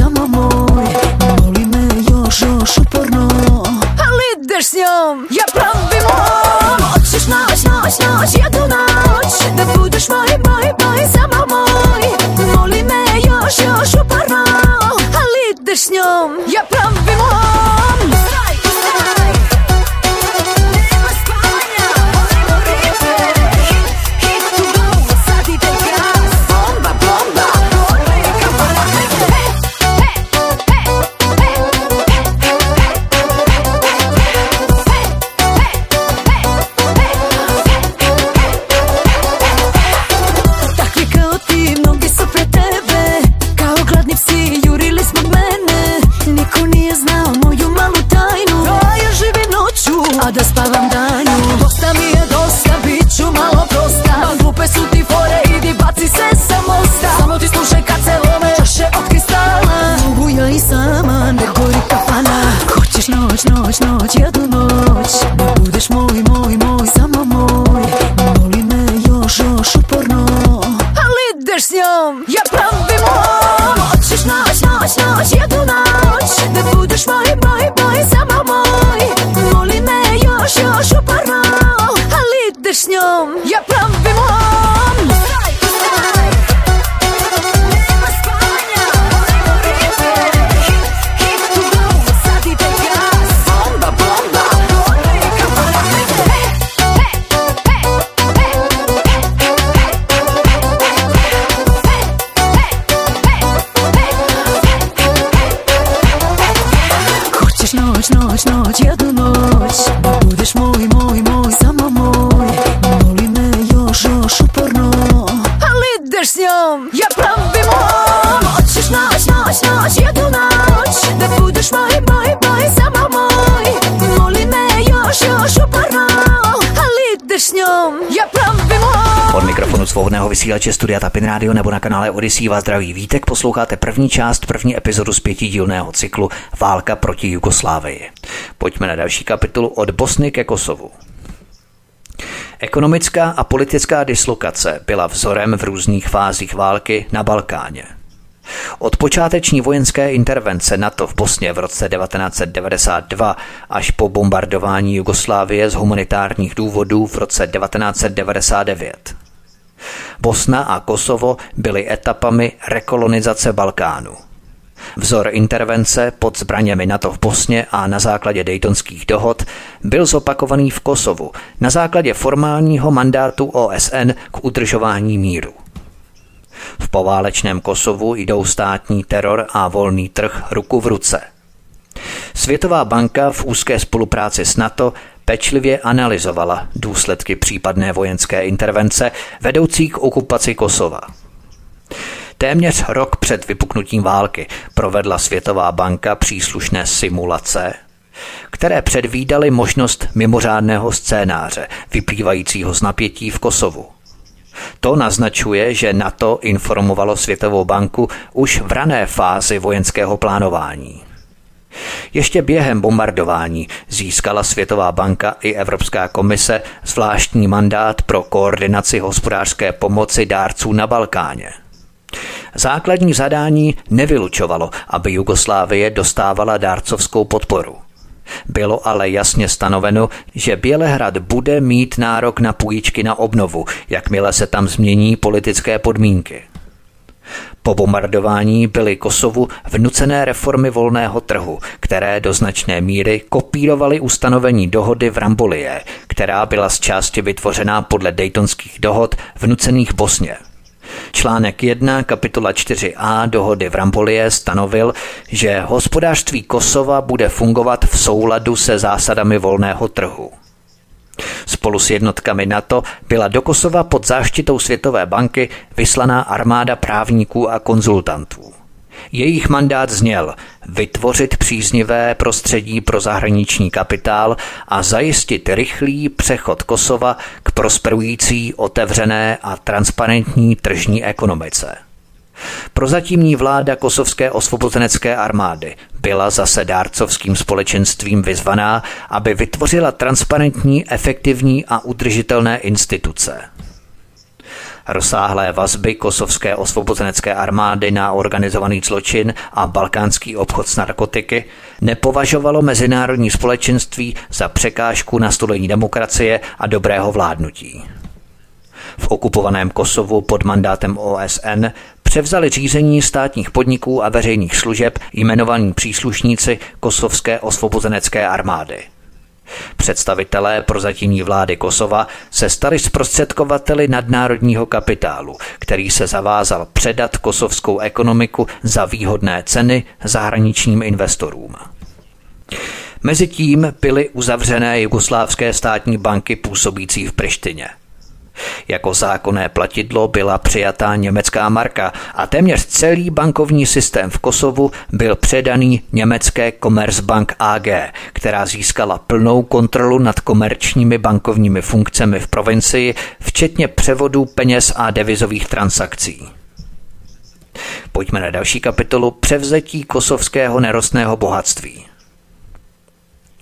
Я правый мом. Хочешь ночь, ночь, ночь, еду ночь. Ты будешь мой, мой, мой, сама мой. Моли me još, još uporno. Ali ideš s njom. Ja pravim mom. Staj, staj. Nema spanja. Nego ribe. Hit, hit u glavu. Sad ide gas. Bomba, bomba. Odlika palite. Хочешь ночь, ночь, ночь, jednu noć. Budeš moj, moj, moj, samo moj. Moli me još, još uporno. Ali ideš s njom. Ja pravim mom. Hoćeš noć, noć, noć, jednu noć. Da budeš moj, moj, moj, samo moj. Moli me još, još uporno. Ali ideš s njom. Ja pravim mom. Od mikrofonu svobodného vysílače Studia Tapin Radio nebo na kanále Odyssey vás zdraví Vítek, posloucháte první část, první epizodu z pětidílného cyklu Válka proti Jugoslávii. Pojďme na další kapitolu Od Bosny ke Kosovu. Ekonomická a politická dislokace byla vzorem v různých fázích války na Balkáně. Od počáteční vojenské intervence NATO v Bosně v roce devatenáct set devadesát dva až po bombardování Jugoslávie z humanitárních důvodů v roce devatenáct set devadesát devět. Bosna a Kosovo byly etapami rekolonizace Balkánu. Vzor intervence pod zbraněmi NATO v Bosně a na základě Daytonských dohod byl zopakovaný v Kosovu na základě formálního mandátu O S N k udržování míru. V poválečném Kosovu jdou státní teror a volný trh ruku v ruce. Světová banka v úzké spolupráci s NATO pečlivě analyzovala důsledky případné vojenské intervence vedoucí k okupaci Kosova. Téměř rok před vypuknutím války provedla Světová banka příslušné simulace, které předvídaly možnost mimořádného scénáře vyplývajícího z napětí v Kosovu. To naznačuje, že NATO informovalo Světovou banku už v rané fázi vojenského plánování. Ještě během bombardování získala Světová banka i Evropská komise zvláštní mandát pro koordinaci hospodářské pomoci dárců na Balkáně. Základní zadání nevylučovalo, aby Jugoslávie dostávala dárcovskou podporu. Bylo ale jasně stanoveno, že Bělehrad bude mít nárok na půjčky na obnovu, jakmile se tam změní politické podmínky. Po bombardování byly Kosovu vnucené reformy volného trhu, které do značné míry kopírovaly ustanovení dohody v Rambolie, která byla z části vytvořená podle Daytonských dohod vnucených Bosně. Článek jedna, kapitola čtyři a dohody v Rambolie stanovil, že hospodářství Kosova bude fungovat v souladu se zásadami volného trhu. Spolu s jednotkami NATO byla do Kosova pod záštitou Světové banky vyslaná armáda právníků a konzultantů. Jejich mandát zněl vytvořit příznivé prostředí pro zahraniční kapitál a zajistit rychlý přechod Kosova k prosperující, otevřené a transparentní tržní ekonomice. Prozatímní vláda kosovské osvobozenecké armády byla zase dárcovským společenstvím vyzvaná, aby vytvořila transparentní, efektivní a udržitelné instituce. Rozsáhlé vazby kosovské osvobozenecké armády na organizovaný zločin a balkánský obchod s narkotiky nepovažovalo mezinárodní společenství za překážku nastolení demokracie a dobrého vládnutí. V okupovaném Kosovu pod mandátem O S N převzali řízení státních podniků a veřejných služeb jmenovaní příslušníci kosovské osvobozenecké armády. Představitelé prozatímní vlády Kosova se stali zprostředkovateli nadnárodního kapitálu, který se zavázal předat kosovskou ekonomiku za výhodné ceny zahraničním investorům. Mezitím byly uzavřené jugoslávské státní banky působící v Prištině. Jako zákonné platidlo byla přijatá německá marka a téměř celý bankovní systém v Kosovu byl předaný německé Commerzbank A G, která získala plnou kontrolu nad komerčními bankovními funkcemi v provincii, včetně převodu peněz a devizových transakcí. Pojďme na další kapitolu Převzetí kosovského nerostného bohatství.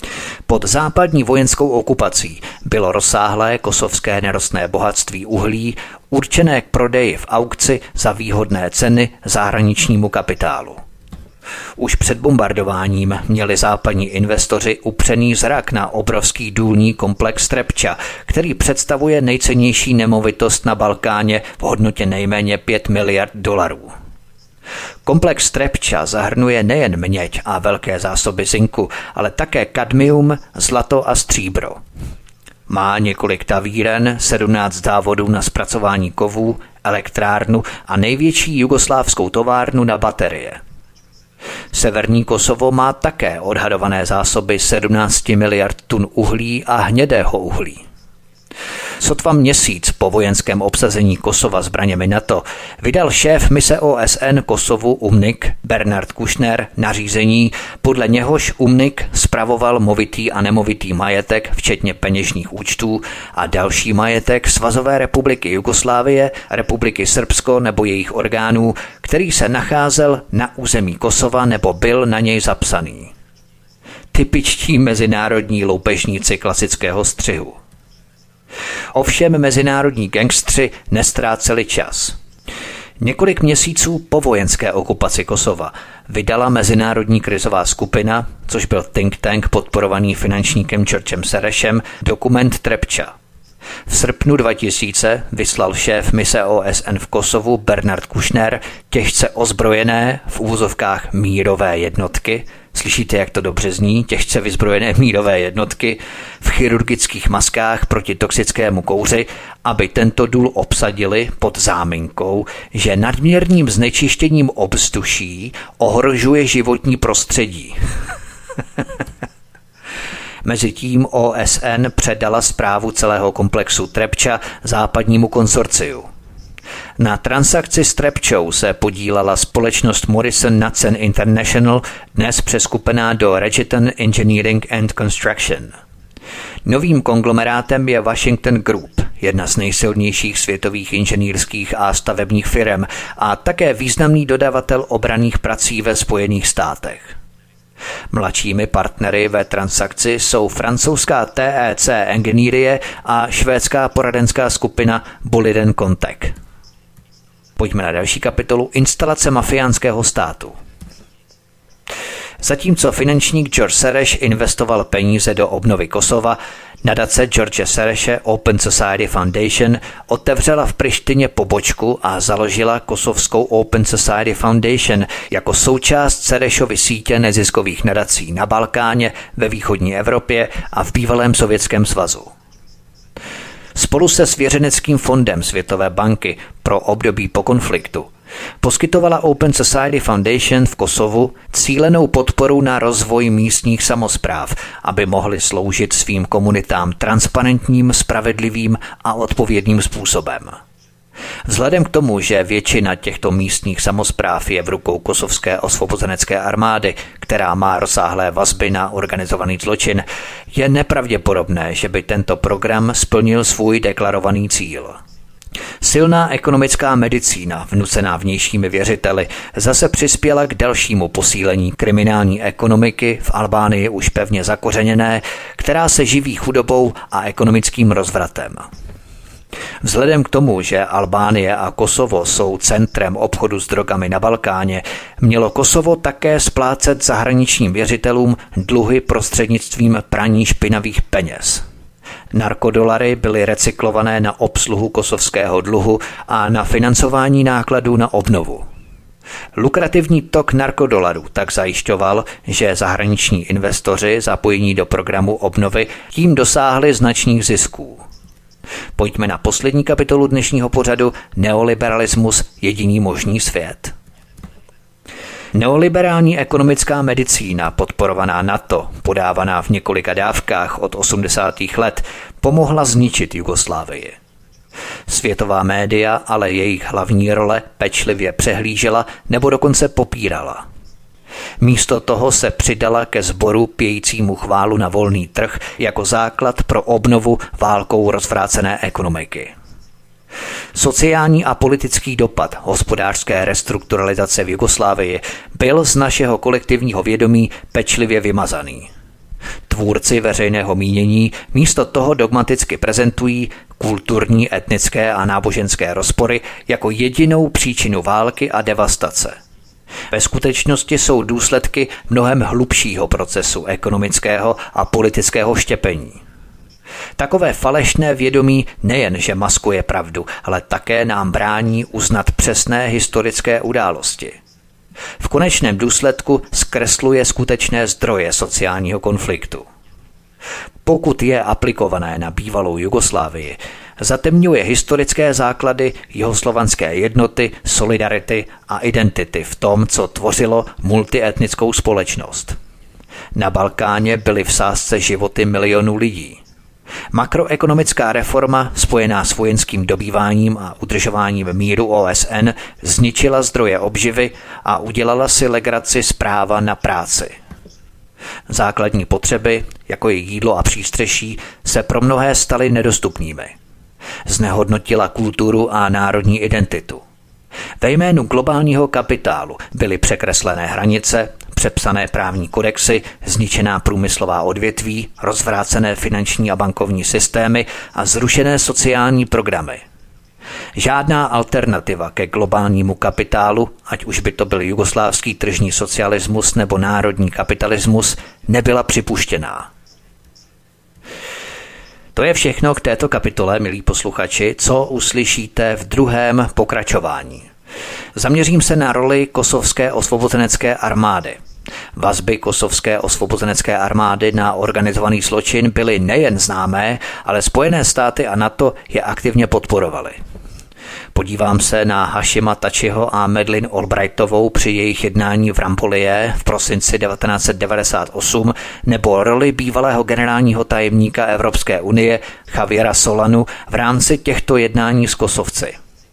Pod západní vojenskou okupací bylo rozsáhlé kosovské nerostné bohatství uhlí určené k prodeji v aukci za výhodné ceny zahraničnímu kapitálu. Už před bombardováním měli západní investoři upřený zrak na obrovský důlní komplex Trepča, který představuje nejcennější nemovitost na Balkáně v hodnotě nejméně pět miliard dolarů. Komplex Trepča zahrnuje nejen měď a velké zásoby zinku, ale také kadmium, zlato a stříbro. Má několik tavíren, sedmnáct závodů na zpracování kovů, elektrárnu a největší jugoslávskou továrnu na baterie. Severní Kosovo má také odhadované zásoby sedmnáct miliard tun uhlí a hnědého uhlí. Sotva měsíc po vojenském obsazení Kosova zbraněmi NATO vydal šéf mise O S N Kosovu UNMIK Bernard Kouchner nařízení, podle něhož UNMIK spravoval movitý a nemovitý majetek, včetně peněžních účtů, a další majetek Svazové republiky Jugoslávie, Republiky Srbsko nebo jejich orgánů, který se nacházel na území Kosova nebo byl na něj zapsaný. Typičtí mezinárodní loupežníci klasického střihu. Ovšem mezinárodní gangstři nestráceli čas. Několik měsíců po vojenské okupaci Kosova vydala mezinárodní krizová skupina, což byl think tank podporovaný finančníkem Georgem Serešem, dokument Trepča. V srpnu dva tisíce vyslal šéf mise O S N v Kosovu Bernard Kouchner těžce ozbrojené, v úvozovkách mírové jednotky, slyšíte, jak to dobře zní, těžce vyzbrojené mírové jednotky v chirurgických maskách proti toxickému kouři, aby tento důl obsadili pod záminkou, že nadměrným znečištěním ovzduší ohrožuje životní prostředí. Mezitím O S N předala správu celého komplexu Trepča západnímu konsorciu. Na transakci s Trepčou se podílala společnost Morrison Knudsen International, dnes přeskupená do Regeton Engineering and Construction. Novým konglomerátem je Washington Group, jedna z nejsilnějších světových inženýrských a stavebních firm a také významný dodavatel obranných prací ve Spojených státech. Mladšími partnery ve transakci jsou francouzská T E C Engineerie a švédská poradenská skupina Boliden Contec. Pojďme na další kapitolu Instalace mafiánského státu. Zatímco finančník George Sereš investoval peníze do obnovy Kosova, nadace George Sereše Open Society Foundation otevřela v Prištině pobočku a založila kosovskou Open Society Foundation jako součást Serešovy sítě neziskových nadací na Balkáně, ve východní Evropě a v bývalém Sovětském svazu. Spolu se Svěřeneckým fondem Světové banky pro období po konfliktu poskytovala Open Society Foundation v Kosovu cílenou podporu na rozvoj místních samospráv, aby mohly sloužit svým komunitám transparentním, spravedlivým a odpovědným způsobem. Vzhledem k tomu, že většina těchto místních samospráv je v rukou kosovské osvobozenecké armády, která má rozsáhlé vazby na organizovaný zločin, je nepravděpodobné, že by tento program splnil svůj deklarovaný cíl. Silná ekonomická medicína, vnucená vnějšími věřiteli, zase přispěla k dalšímu posílení kriminální ekonomiky v Albánii už pevně zakořeněné, která se živí chudobou a ekonomickým rozvratem. Vzhledem k tomu, že Albánie a Kosovo jsou centrem obchodu s drogami na Balkáně, mělo Kosovo také splácet zahraničním věřitelům dluhy prostřednictvím praní špinavých peněz. Narkodolary byly recyklované na obsluhu kosovského dluhu a na financování nákladů na obnovu. Lukrativní tok narkodolarů tak zajišťoval, že zahraniční investoři zapojení do programu obnovy tím dosáhli značných zisků. Pojďme na poslední kapitolu dnešního pořadu Neoliberalismus – jediný možný svět. Neoliberální ekonomická medicína, podporovaná NATO, podávaná v několika dávkách od osmdesátých let, pomohla zničit Jugoslávii. Světová média ale jejich hlavní role pečlivě přehlížela nebo dokonce popírala. Místo toho se přidala ke sboru pějícímu chválu na volný trh jako základ pro obnovu válkou rozvrácené ekonomiky. Sociální a politický dopad hospodářské restrukturalizace v Jugoslávii byl z našeho kolektivního vědomí pečlivě vymazaný. tvůrci veřejného mínění místo toho dogmaticky prezentují kulturní, etnické a náboženské rozpory jako jedinou příčinu války a devastace. Ve skutečnosti jsou důsledky mnohem hlubšího procesu ekonomického a politického štěpení. Takové falešné vědomí nejen, že maskuje pravdu, ale také nám brání uznat přesné historické události. V konečném důsledku zkresluje skutečné zdroje sociálního konfliktu. Pokud je aplikované na bývalou Jugoslávii, zatemňuje historické základy jihoslovanské jednoty, solidarity a identity v tom, co tvořilo multietnickou společnost. Na Balkáně byly v sázce životy milionů lidí. Makroekonomická reforma, spojená s vojenským dobýváním a udržováním míru O S N, zničila zdroje obživy a udělala si legraci z práva na práci. Základní potřeby, jako je jídlo a přístřeší, se pro mnohé staly nedostupnými. Znehodnotila kulturu a národní identitu. Ve jménu globálního kapitálu byly překreslené hranice, přepsané právní kodexy, zničená průmyslová odvětví, rozvrácené finanční a bankovní systémy a zrušené sociální programy. Žádná alternativa ke globálnímu kapitálu, ať už by to byl jugoslávský tržní socialismus nebo národní kapitalismus, nebyla připuštěná. To je všechno k této kapitole, milí posluchači, co uslyšíte v druhém pokračování. Zaměřím se na roli kosovské osvobozenecké armády. Vazby kosovské osvobozenecké armády na organizovaný zločin byly nejen známé, ale Spojené státy a NATO je aktivně podporovaly. Podívám se na Hashima Tačiho a Madeleine Albrightovou při jejich jednání v Rampolie v prosinci devatenáct set devadesát osm nebo roli bývalého generálního tajemníka Evropské unie Javiera Solanu v rámci těchto jednání s Kosovci.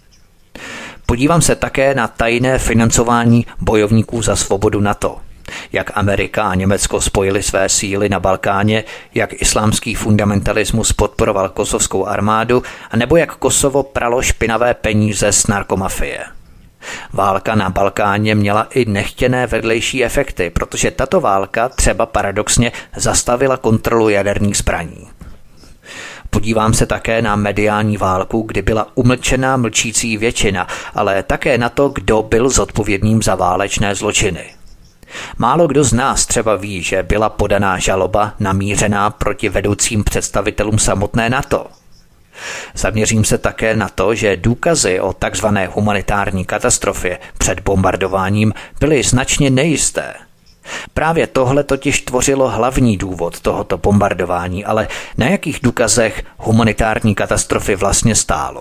Podívám se také na tajné financování bojovníků za svobodu NATO. Jak Amerika a Německo spojili své síly na Balkáně, jak islámský fundamentalismus podporoval kosovskou armádu, nebo jak Kosovo pralo špinavé peníze z narkomafie. Válka na Balkáně měla i nechtěné vedlejší efekty, protože tato válka třeba paradoxně zastavila kontrolu jaderných zbraní. Podívám se také na mediální válku, kdy byla umlčená mlčící většina, ale také na to, kdo byl zodpovědným za válečné zločiny. Málo kdo z nás třeba ví, že byla podaná žaloba namířená proti vedoucím představitelům samotné NATO. Zaměřím se také na to, že důkazy o takzvané humanitární katastrofě před bombardováním byly značně nejisté. Právě tohle totiž tvořilo hlavní důvod tohoto bombardování, ale na jakých důkazech humanitární katastrofy vlastně stálo.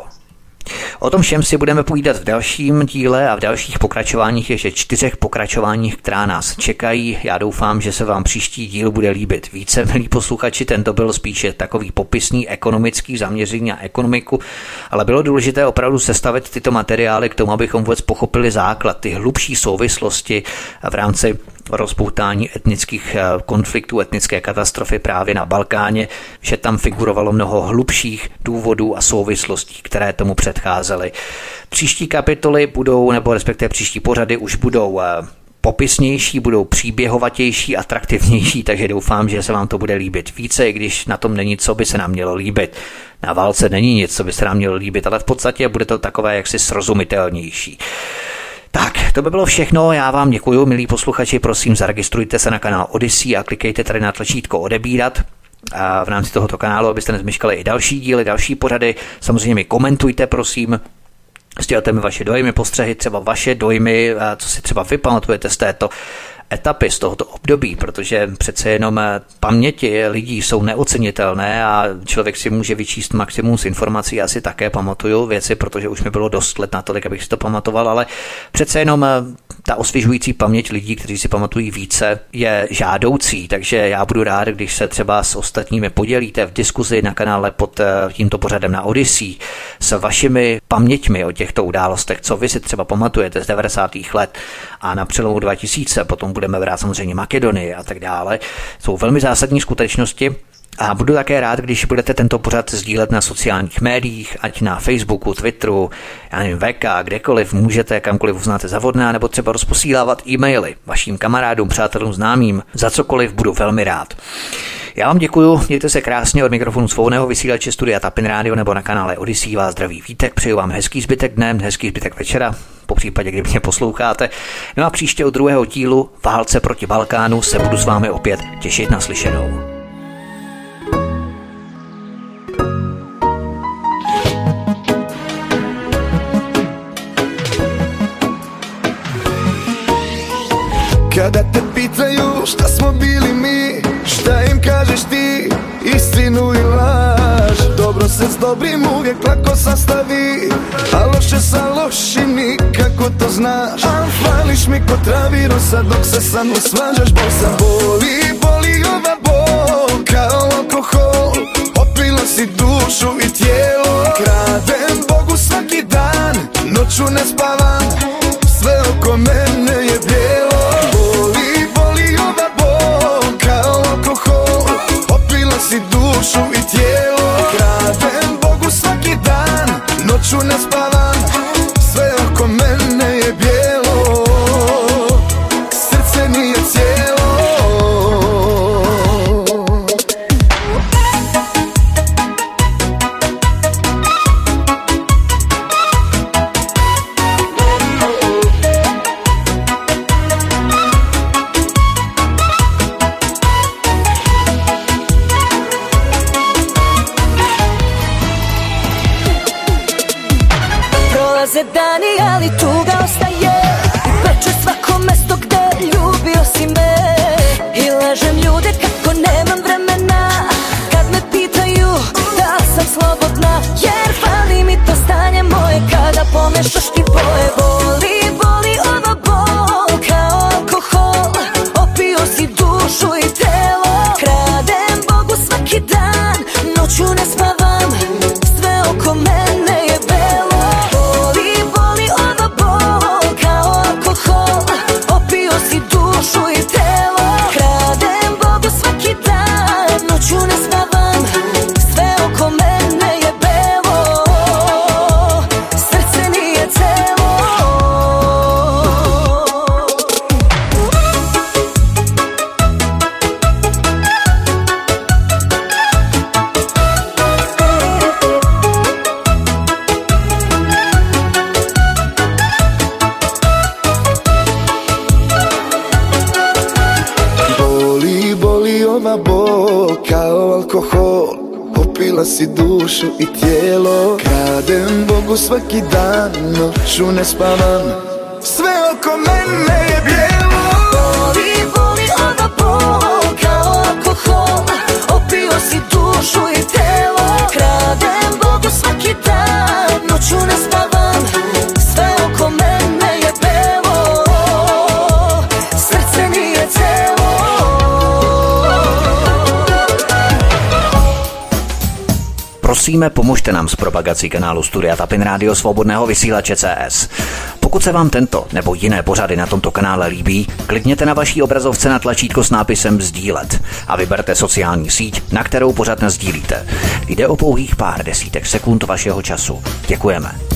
O tom všem si budeme povídat v dalším díle a v dalších pokračováních, ještě čtyřech pokračováních, která nás čekají. Já doufám, že se vám příští díl bude líbit více, milí posluchači. Tento byl spíše takový popisný ekonomický zaměření na ekonomiku, ale bylo důležité opravdu sestavit tyto materiály k tomu, abychom vůbec pochopili základ, ty hlubší souvislosti v rámci rozpoutání etnických konfliktů, etnické katastrofy právě na Balkáně, že tam figurovalo mnoho hlubších důvodů a souvislostí, které tomu předcházely. Příští kapitoly budou, nebo respektive příští pořady už budou popisnější, budou příběhovatější, atraktivnější, takže doufám, že se vám to bude líbit více, i když na tom není, co by se nám mělo líbit. Na válce není nic, co by se nám mělo líbit, ale v podstatě bude to takové jaksi srozumitelnější. Tak, to by bylo všechno, já vám děkuji, milí posluchači, prosím zaregistrujte se na kanál Odyssey a klikejte tady na tlačítko odebírat a v rámci tohoto kanálu, abyste nezmeškali i další díly, další pořady, samozřejmě mi komentujte, prosím, sdělte mi vaše dojmy, postřehy, třeba vaše dojmy, co si třeba vy pamatujete z této etapy, z tohoto období, protože přece jenom paměti lidí jsou neocenitelné a člověk si může vyčíst maximum z informací. Já si také pamatuju věci, protože už mi bylo dost let natolik, abych si to pamatoval, ale přece jenom ta osvěžující paměť lidí, kteří si pamatují více, je žádoucí, takže já budu rád, když se třeba s ostatními podělíte v diskuzi na kanále pod tímto pořadem na Odyssey s vašimi paměťmi o těchto událostech, co vy si třeba pamatujete z devadesátých let a na přelomu dva tisíce, potom budeme brát samozřejmě Makedonii a tak dále. Jsou velmi zásadní skutečnosti A budu také rád, když budete tento pořad sdílet na sociálních médiích, ať na Facebooku, Twitteru, já nevím, V K, kdekoliv můžete, kamkoliv uznáte za vhodné, nebo třeba rozposílávat e-maily vašim kamarádům, přátelům, známým, za cokoliv budu velmi rád. Já vám děkuju, mějte se krásně, od mikrofonu svobodného vysílače Studia Tapin Radio nebo na kanále Odyssey vás zdraví Vítek, přeju vám hezký zbytek dne, hezký zbytek večera, po případě, kdy mě posloucháte. No a příště od druhého dílu Válce proti Balkánu se budu s vámi opět těšit na slyšenou. Kada te pitaju šta smo bili mi, šta im kažeš ti, istinu i laž. Dobro se s dobrim uvijek lako sastavi, a loše sa lošim nikako to znaš. A fališ mi ko travi rosa dok se sa mnom svađaš. Bol sam boli, boli ova bol kao alkohol, opila si dušu i tijelo. Kradem Bogu svaki dan, noću ne spavam, sve oko mene je bijelo. Si dušu i tijelo, kradem Bogu svaki dan, noću ne spavam, sve oko mene je bijelo, srce nije cijelo. Prolaze dani, ali tuga ostaje, peče svako mesto gde ljubio si me. I lažem ljude kako nemam vremena, kad me pitaju da sam slobodna. Jer fali mi to stanje moje kada pomešaš ti boje. Boli, boli ova bol kao alkohol, opio si dušu i telo. Kradem Bogu svaki dan, noću ne spavam, sve oko mene je belo. Opio si dušu i telo, kradem Bogu svaki dan, noću ne spavam, sve oko mene je belo, srce nije celo. Ova bol kao alkohol, opila si dušu i tijelo. Kradem Bogu svaki dan, noću ne spavam, sve oko mene je bijelo. Boli, boli ova bol kao alkohol, opio si dušu i telo. Kradem Bogu svaki dan, noću ne spavam, sve oko mene je belo, srce nije celo. Prosíme, pomožte nám s propagací kanálu Studia Tapin Radio Svobodného vysílače C S. Pokud se vám tento nebo jiné pořady na tomto kanále líbí, klikněte na vaší obrazovce na tlačítko s nápisem sdílet a vyberte sociální síť, na kterou pořad nasdílíte. Jde o pouhých pár desítek sekund vašeho času. Děkujeme.